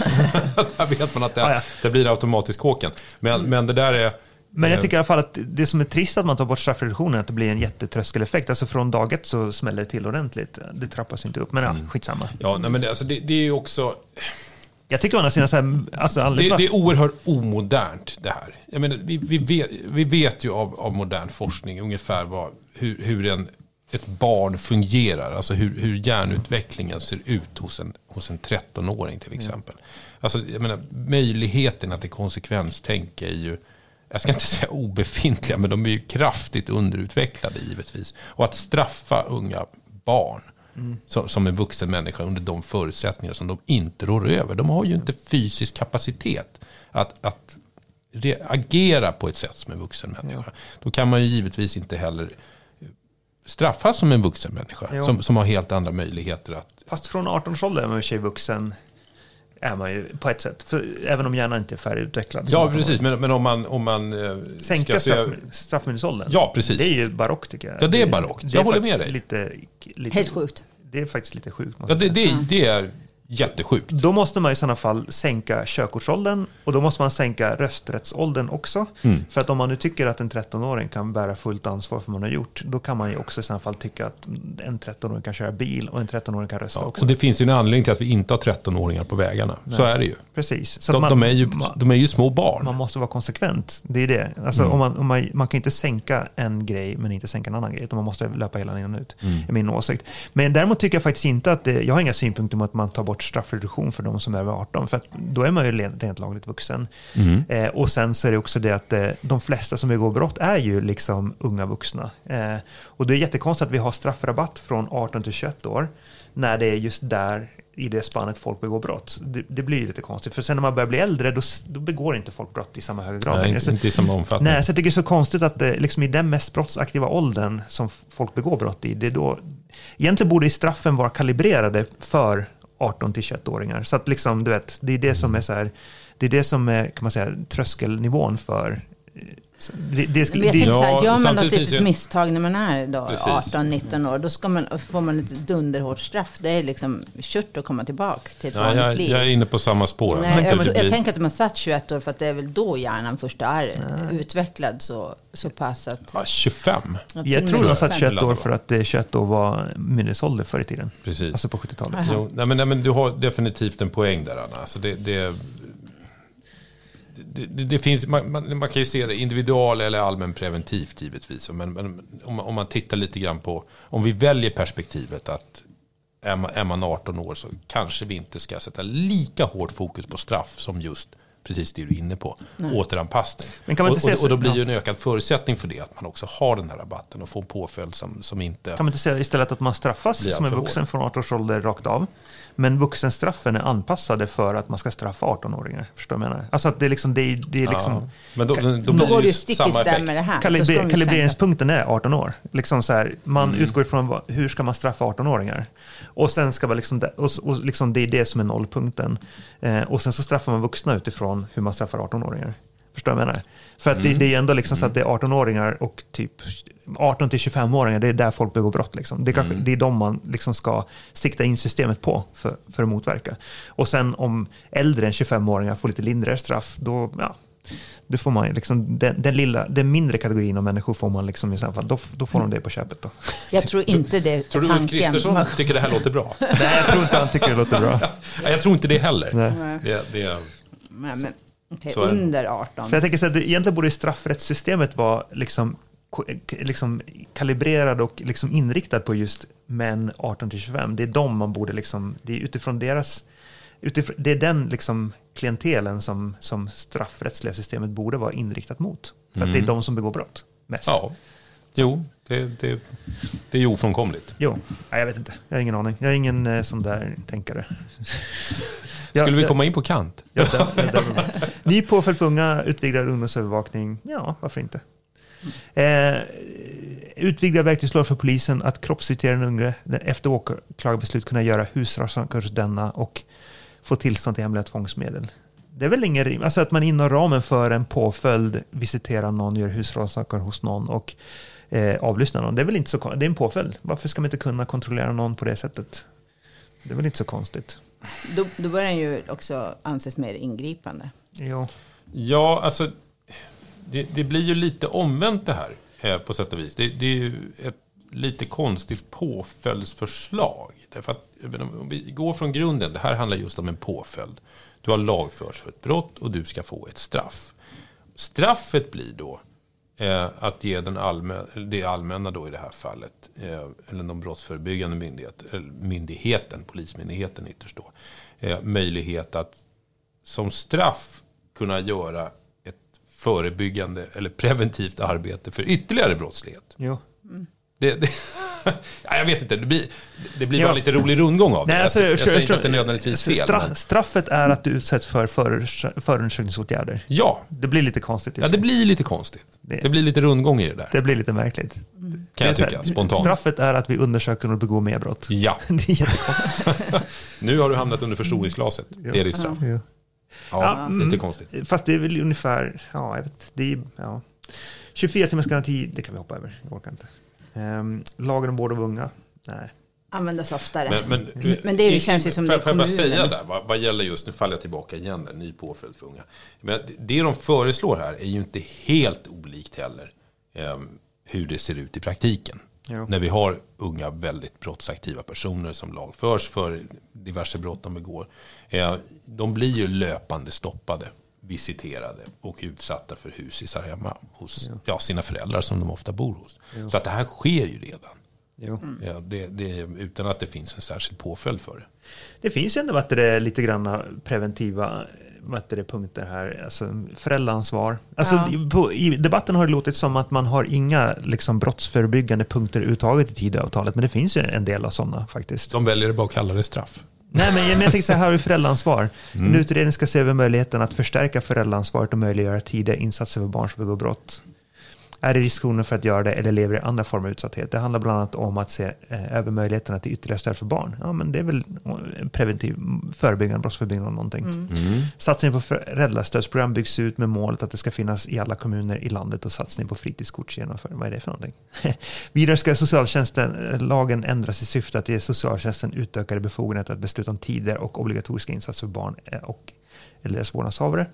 Där vet man att det, ja, ja. det blir automatiskt kåken. Men, mm. men det där är... Men jag tycker i alla fall att det som är trist att man tar bort straffreduktionen är att det blir en jättetröskeleffekt. Alltså från dag ett så smäller det till ordentligt. Det trappas inte upp, men ja, mm. skitsamma. Ja, nej, men det, alltså det, det är ju också... Jag tycker å sina så här, alltså det, det är oerhört omodernt det här. Jag menar, vi, vi, vet, vi vet ju av, av modern forskning ungefär vad, hur, hur en, ett barn fungerar. Alltså hur, hur hjärnutvecklingen ser ut hos en, hos en trettonåring till exempel. Mm. Alltså, jag menar, möjligheten till konsekvenstänk är ju, jag ska inte säga obefintliga, men de är ju kraftigt underutvecklade givetvis. Och att straffa unga barn Mm. som en vuxen människa under de förutsättningar som de inte rår över. De har ju inte fysisk kapacitet att, att reagera på ett sätt som en vuxen människa. Då kan man ju givetvis inte heller straffas som en vuxen människa som, som har helt andra möjligheter att... Fast från arton års ålder är man ju tjej vuxen, är man ju på ett sätt. För även om hjärnan inte är färdigutvecklad. Ja, precis. Men, men om man... Om man sänka straff, straffmyndighetsåldern. Ja, precis. Det är ju barockt, tycker jag. Ja, det är barockt. Jag håller med dig. Lite, lite, helt sjukt. Det är faktiskt lite sjukt. Ja, det, det, det är jättesjukt. Då måste man i sådana fall sänka körkortsåldern och då måste man sänka rösträttsåldern också. Mm. För att om man nu tycker att en trettonåring kan bära fullt ansvar för vad man har gjort, då kan man ju också i sådana fall tycka att en trettonåring kan köra bil och en trettonåring kan rösta ja, också. Och det finns ju en anledning till att vi inte har trettonåringar på vägarna. Nej. Så är det ju. Precis. Så de, man, de, är ju, de är ju små barn. Man måste vara konsekvent. Det är det. Alltså, mm. om man, om man, man kan inte sänka en grej men inte sänka en annan grej. Utan man måste löpa hela linan ut. Mm. I min åsikt. Men däremot tycker jag faktiskt inte att det, jag har inga synpunkter om att man tar bort straffreduktion för de som är över arton. För att då är man ju rent lagligt vuxen. Mm. Eh, och sen så är det också det att eh, de flesta som begår brott är ju liksom unga vuxna. Eh, och det är jättekonstigt att vi har straffrabatt från arton till tjugoett år när det är just där i det spannet folk begår brott. Det, det blir lite konstigt. För sen när man börjar bli äldre då, då begår inte folk brott i samma höga grad. Nej, inte, inte i samma omfattning. Nej, så jag tycker det är så konstigt att det, liksom i den mest brottsaktiva åldern som folk begår brott i, det är då, egentligen borde straffen vara kalibrerade för arton till tjugoett-åringar. Så att liksom, du vet, det är det som är så här, det är det som är, kan man säga, tröskelnivån för Det, det skulle, jag det, tänker så här, Ja, gör man något samtidigt litet finns ju- misstag när man är då Precis. arton nitton år, då ska man, får man ett dunderhårt straff. Det är liksom kört att komma tillbaka till ett Ja, vanligt jag, liv. jag är inne på samma spår. Nej, Men jag, det jag blir- tänker att man satt tjugoett år för att det är väl då hjärnan först är utvecklad så, så pass att... Ja, tjugofem. jag tror de satt jag. tjugoett år för att eh, tjugoett år var myndighetsålder förr i tiden. Precis. Alltså på sjuttiotalet. Aha. Jo, nej, men, nej, men du har definitivt en poäng där, Anna. Alltså det, det, det, det, det finns, man, man, man kan ju se det individual eller allmänpreventivt givetvis. Men, men om, man- om man tittar lite grann på, om vi väljer perspektivet att är man, är man arton år så kanske vi inte ska sätta lika hårt fokus på straff som just precis det du är inne på, återanpassning. Men kan man och, inte och, se- och då blir ja. ju en ökad förutsättning för det, att man också har den här rabatten och får en påföljd som, som inte... Kan man inte säga istället att man straffas Blir som en för vuxen hård. från arton års ålder rakt av. Men vuxenstraffen är anpassade för att man ska straffa arton-åringar. Förstår du vad jag menar? Alltså att det är liksom... Det är, det är liksom Ja, men då, då, då Då blir går det det ju ju stick i samma stäm effekt. med det här. Då ska Kalibrer, de ju kalibreringspunkten är arton år. Liksom så här, man Mm. utgår ifrån vad, hur ska man straffa arton-åringar. Och sen ska man liksom, och, och liksom det är det som är nollpunkten. Eh, och sen så straffar man vuxna utifrån hur man straffar arton-åringar. Förstår du vad jag menar? För att Mm. det, det är ändå liksom så att det är arton-åringar och typ arton till tjugofem-åringar, det är där folk begår brott. Liksom. Det, är kanske, Mm. det är de man liksom ska sikta in systemet på för, för att motverka. Och sen om äldre än tjugofem-åringar får lite lindrigare straff, då, ja, då får man liksom, den, den, lilla, den mindre kategorin av människor får man liksom i så fall, då, då får de det på köpet. Då. Jag tror inte det är Tror du Ulf tanken. Kristersson tycker det här låter bra? Nej, jag tror inte han tycker det låter bra. Nej, jag tror inte det heller. Nej. Det, det, Nej, men, okej, Så är det. under arton. För jag tänker så att det- egentligen borde straffrättssystemet vara liksom, ko- liksom kalibrerad och liksom inriktad på just män arton till tjugofem. Det är de man borde liksom, det är utifrån deras, utifrån, det är den liksom klientelen som, som straffrättsliga systemet borde vara inriktat mot. För att det är de som begår brott mest. ja, jo, det, det, det är ju ofrånkomligt. Jo, nej, jag vet inte. Jag har ingen aning. Jag är ingen eh, sån där tänkare. Jag- Skulle vi jag- komma in på Kant? Ja, där, där, där. Ny påföljd för unga, utvidgad ungdomsövervakning. Ja, varför inte? Eh, utvidgad verktygslåda för polisen att kroppsvisitera en unge efter åklagarbeslut kunna göra husrannsakan hos denna och få tillstånd till hemliga tvångsmedel. Det är väl ingen rim, alltså att man inom ramen för en påföljd visiterar någon, gör husrannsakan hos någon och eh, avlyssnar någon. Det är väl inte så kon- det är en påföljd. Varför ska man inte kunna kontrollera någon på det sättet? Det är väl inte så konstigt. Då, då börjar den ju också anses mer ingripande. Jo. Ja, alltså det, det blir ju lite omvänt det här eh, på sätt och vis. Det, det är ju ett lite konstigt påföljdsförslag. Därför att, jag menar, om vi går från grunden, det här handlar just om en påföljd. Du har lagförts för ett brott och du ska få ett straff. Straffet blir då eh, att ge den allmän, det allmänna då i det här fallet, eh, eller de brottsförebyggande myndighet, eller myndigheten, polismyndigheten ytterst då, eh, möjlighet att som straff kunna göra ett förebyggande eller preventivt arbete för ytterligare brottslighet. Jo. Det, det, ja, jag vet inte, det blir, det blir Ja. bara lite rolig rundgång av det. Nej, alltså, jag, jag kör- säger inte kör- att det är nödvändigtvis fel. Stra- Men, straffet är att du utsätts för för- förundersökningsåtgärder. ja, Det blir lite konstigt. i och ja, för det sig. blir lite konstigt. Det- Det blir lite rundgång i det där, det blir lite märkligt. kan Det jag är så tycka, här, spontant. Straffet är att vi undersöker och begår mer brott. Ja, Det är jättekonstigt. nu har du hamnat under förstoringsglaset. Det är ditt straff. Ja. Ja, Ja, lite mm. konstigt. Fast det är väl ungefär, ja, jag vet, det är, ja. tjugofyra timmars garanti, det kan vi hoppa över. Jag orkar inte. Um, lagen om vård av unga, nej. Användas oftare. Men, men, Men det känns ju som får, det är får jag bara kommunen. säga där, vad, vad gäller just, nu faller jag tillbaka igen, där, ny påföljd för unga. Men det de föreslår här är ju inte helt olikt heller eh, hur det ser ut i praktiken. Jo. När vi har unga, väldigt brottsaktiva personer som lagförs för diverse brott de begår. Eh, de blir ju löpande stoppade, visiterade och utsatta för husisar hemma hos ja, sina föräldrar som de ofta bor hos. Så att det här sker ju redan. Jo. Ja, det, det, utan att det finns en särskild påföljd för det. Det finns ju ändå vad det är, lite grann preventiva vad det är, punkter här. Alltså, föräldraansvar. Alltså, Ja. på, i debatten har det låtit som att man har inga liksom, brottsförebyggande punkter uttaget i Tidöavtalet, men det finns ju en del av sådana faktiskt. De väljer bara att kalla det straff. Nej, men, men jag tänker så här, här har vi föräldraansvar. En utredning ska se över möjligheten att förstärka föräldraansvaret och möjliggöra tidiga insatser för barn som begår brott. är i riskzonen för att göra det eller lever i andra former av utsatthet. Det handlar bland annat om att se eh, över möjligheterna till ytterligare stöd för barn. Ja, men det är väl preventiv, förebyggande, brottsförebyggande eller någonting. Mm. Mm. Satsning på föräldrastödsprogram byggs ut med målet att det ska finnas i alla kommuner i landet och satsning på fritidskort genomför. Vad är det för någonting? Vidare ska socialtjänsten, lagen ändras i syfte att ge socialtjänsten utökade befogenheter att besluta om tider och obligatoriska insatser för barn och eller deras vårdnadshavare.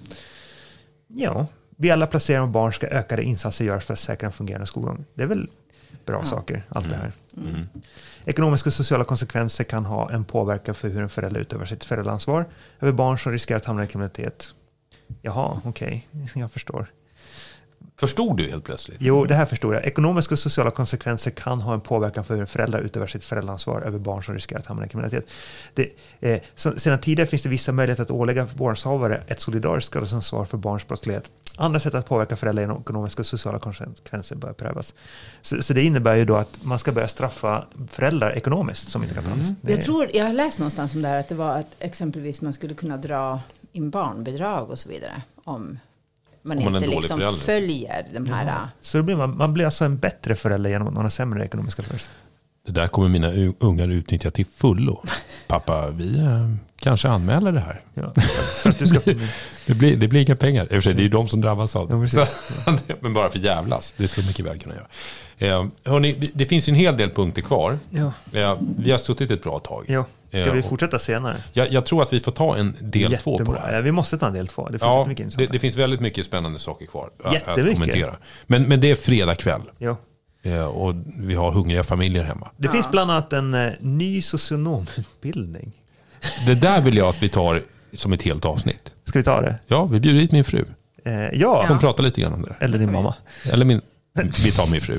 Ja, vid alla placeringar av barn ska ökade insatser göras för att säkra en fungerande skolgång. Det är väl bra ja. saker, allt mm. det här. Mm. Ekonomiska och sociala konsekvenser kan ha en påverkan för hur en förälder utövar sitt föräldraansvar över barn som riskerar att hamna i kriminalitet. Jaha, okej, okay. jag förstår. Förstod du helt plötsligt? Jo, det här förstår jag. Ekonomiska och sociala konsekvenser kan ha en påverkan för hur föräldrar utövar sitt föräldraansvar över barn som riskerar att hamna i kriminalitet. Det, eh, så, sedan tidigare finns det vissa möjligheter att ålägga vårdnadshavare ett solidariskt skadeståndsansvar för barns brottslighet. Andra sätt att påverka föräldrar genom ekonomiska och sociala konsekvenser bör prövas. Så, så det innebär ju då att man ska börja straffa föräldrar ekonomiskt som inte kan ta mm. Jag tror, jag har läst någonstans om det här att det var att exempelvis man skulle kunna dra in barnbidrag och så vidare om man Om man inte liksom förälder. följer de här... Ja. Så då blir man, man blir alltså en bättre förälder genom att man har sämre ekonomiska förutsättningar. Det där kommer mina ungar utnyttja till fullo. Pappa, vi eh, kanske anmäler det här. Ja, för att du ska... det, blir, det blir inga pengar. I och för sig, det är ju de som drabbas av det. Ja, så, men bara för jävlas. Det skulle mycket väl kunna göra. Eh, hörni, det, det finns en hel del punkter kvar. Ja. Eh, vi har suttit ett bra tag. Ja. Ska eh, vi fortsätta senare? Jag, jag tror att vi får ta en del Jättebra. två på det här. Ja, vi måste ta en del två. Det finns, ja, mycket det, det finns väldigt mycket spännande saker kvar att, att kommentera. Men, men det är fredag kväll. Ja. Eh, och vi har hungriga familjer hemma. Det ja. finns bland annat en uh, ny socionomutbildning. Det där vill jag att vi tar som ett helt avsnitt. Ska vi ta det? Ja, vi bjuder hit min fru. Uh, ja. Hon pratar lite grann om det. Eller din mamma. Eller min... Vi tar min fru.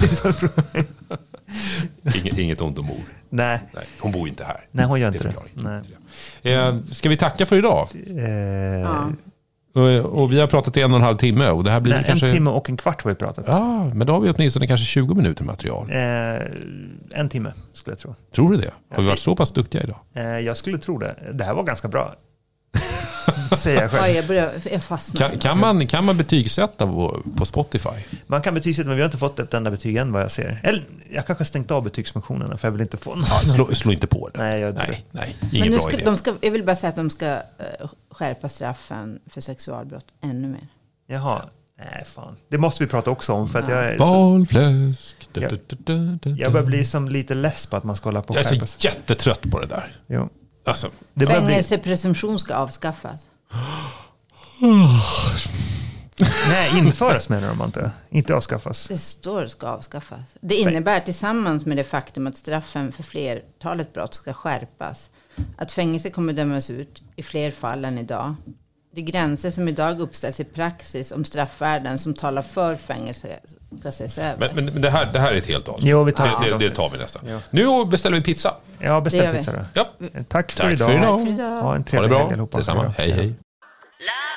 Okay. inget, inget ont om mor. Nej. Nej. Hon bor inte här. Nej, hon gör inte det. det. Nej. Eh, ska vi tacka för idag? Eh, ja. och, och vi har pratat i en och en halv timme. Och det här blir nej, kanske... En timme och en kvart har vi pratat. Ja, men då har vi åtminstone kanske tjugo minuter material. Eh, en timme skulle jag tro. Tror du det? Har vi varit så pass duktiga idag? Eh, jag skulle tro det. Det här var ganska bra. Säger jag själv. Ja, jag börjar jag fastnar. Kan, kan, man, kan man betygsätta på Spotify? Man kan betygsätta, men vi har inte fått ett enda betyg än vad jag ser. Eller jag kanske har stängt av betygsfunktionerna för jag vill inte få någon. Ja, slå, slå inte på det. Nej, jag nej, nej, men ingen nu bra ska, idé. de ska, jag vill bara säga att de ska uh, skärpa straffen för sexualbrott ännu mer. Jaha, nej fan. Det måste vi prata också om för att jag är Valfläsk. Jag, jag börjar bli som lite less på att man ska hålla på och Jag är skärpa så jättetrött på det där. Jo. Alltså, det börjar bli... Fängelsepresumtion ska avskaffas. Nej, införas menar de inte. Inte avskaffas. Det står ska avskaffas. Det innebär tillsammans med det faktum att straffen för flertalet brott ska skärpas att fängelse kommer dömas ut i fler fall än idag. De gränser som idag uppställs i praxis om straffvärden som talar för fängelse ska ses över. Men, men det, här, det här är ett helt avsnitt. Jo, vi tar det, det, det tar vi nästan. Ja. Nu beställer vi pizza. Ja, beställ pizza då. Ja. Tack för Tack idag. För idag. Tack för idag. Ha en Ha det trevlig bra. helg allihopa. Detsamma. Hej, hej.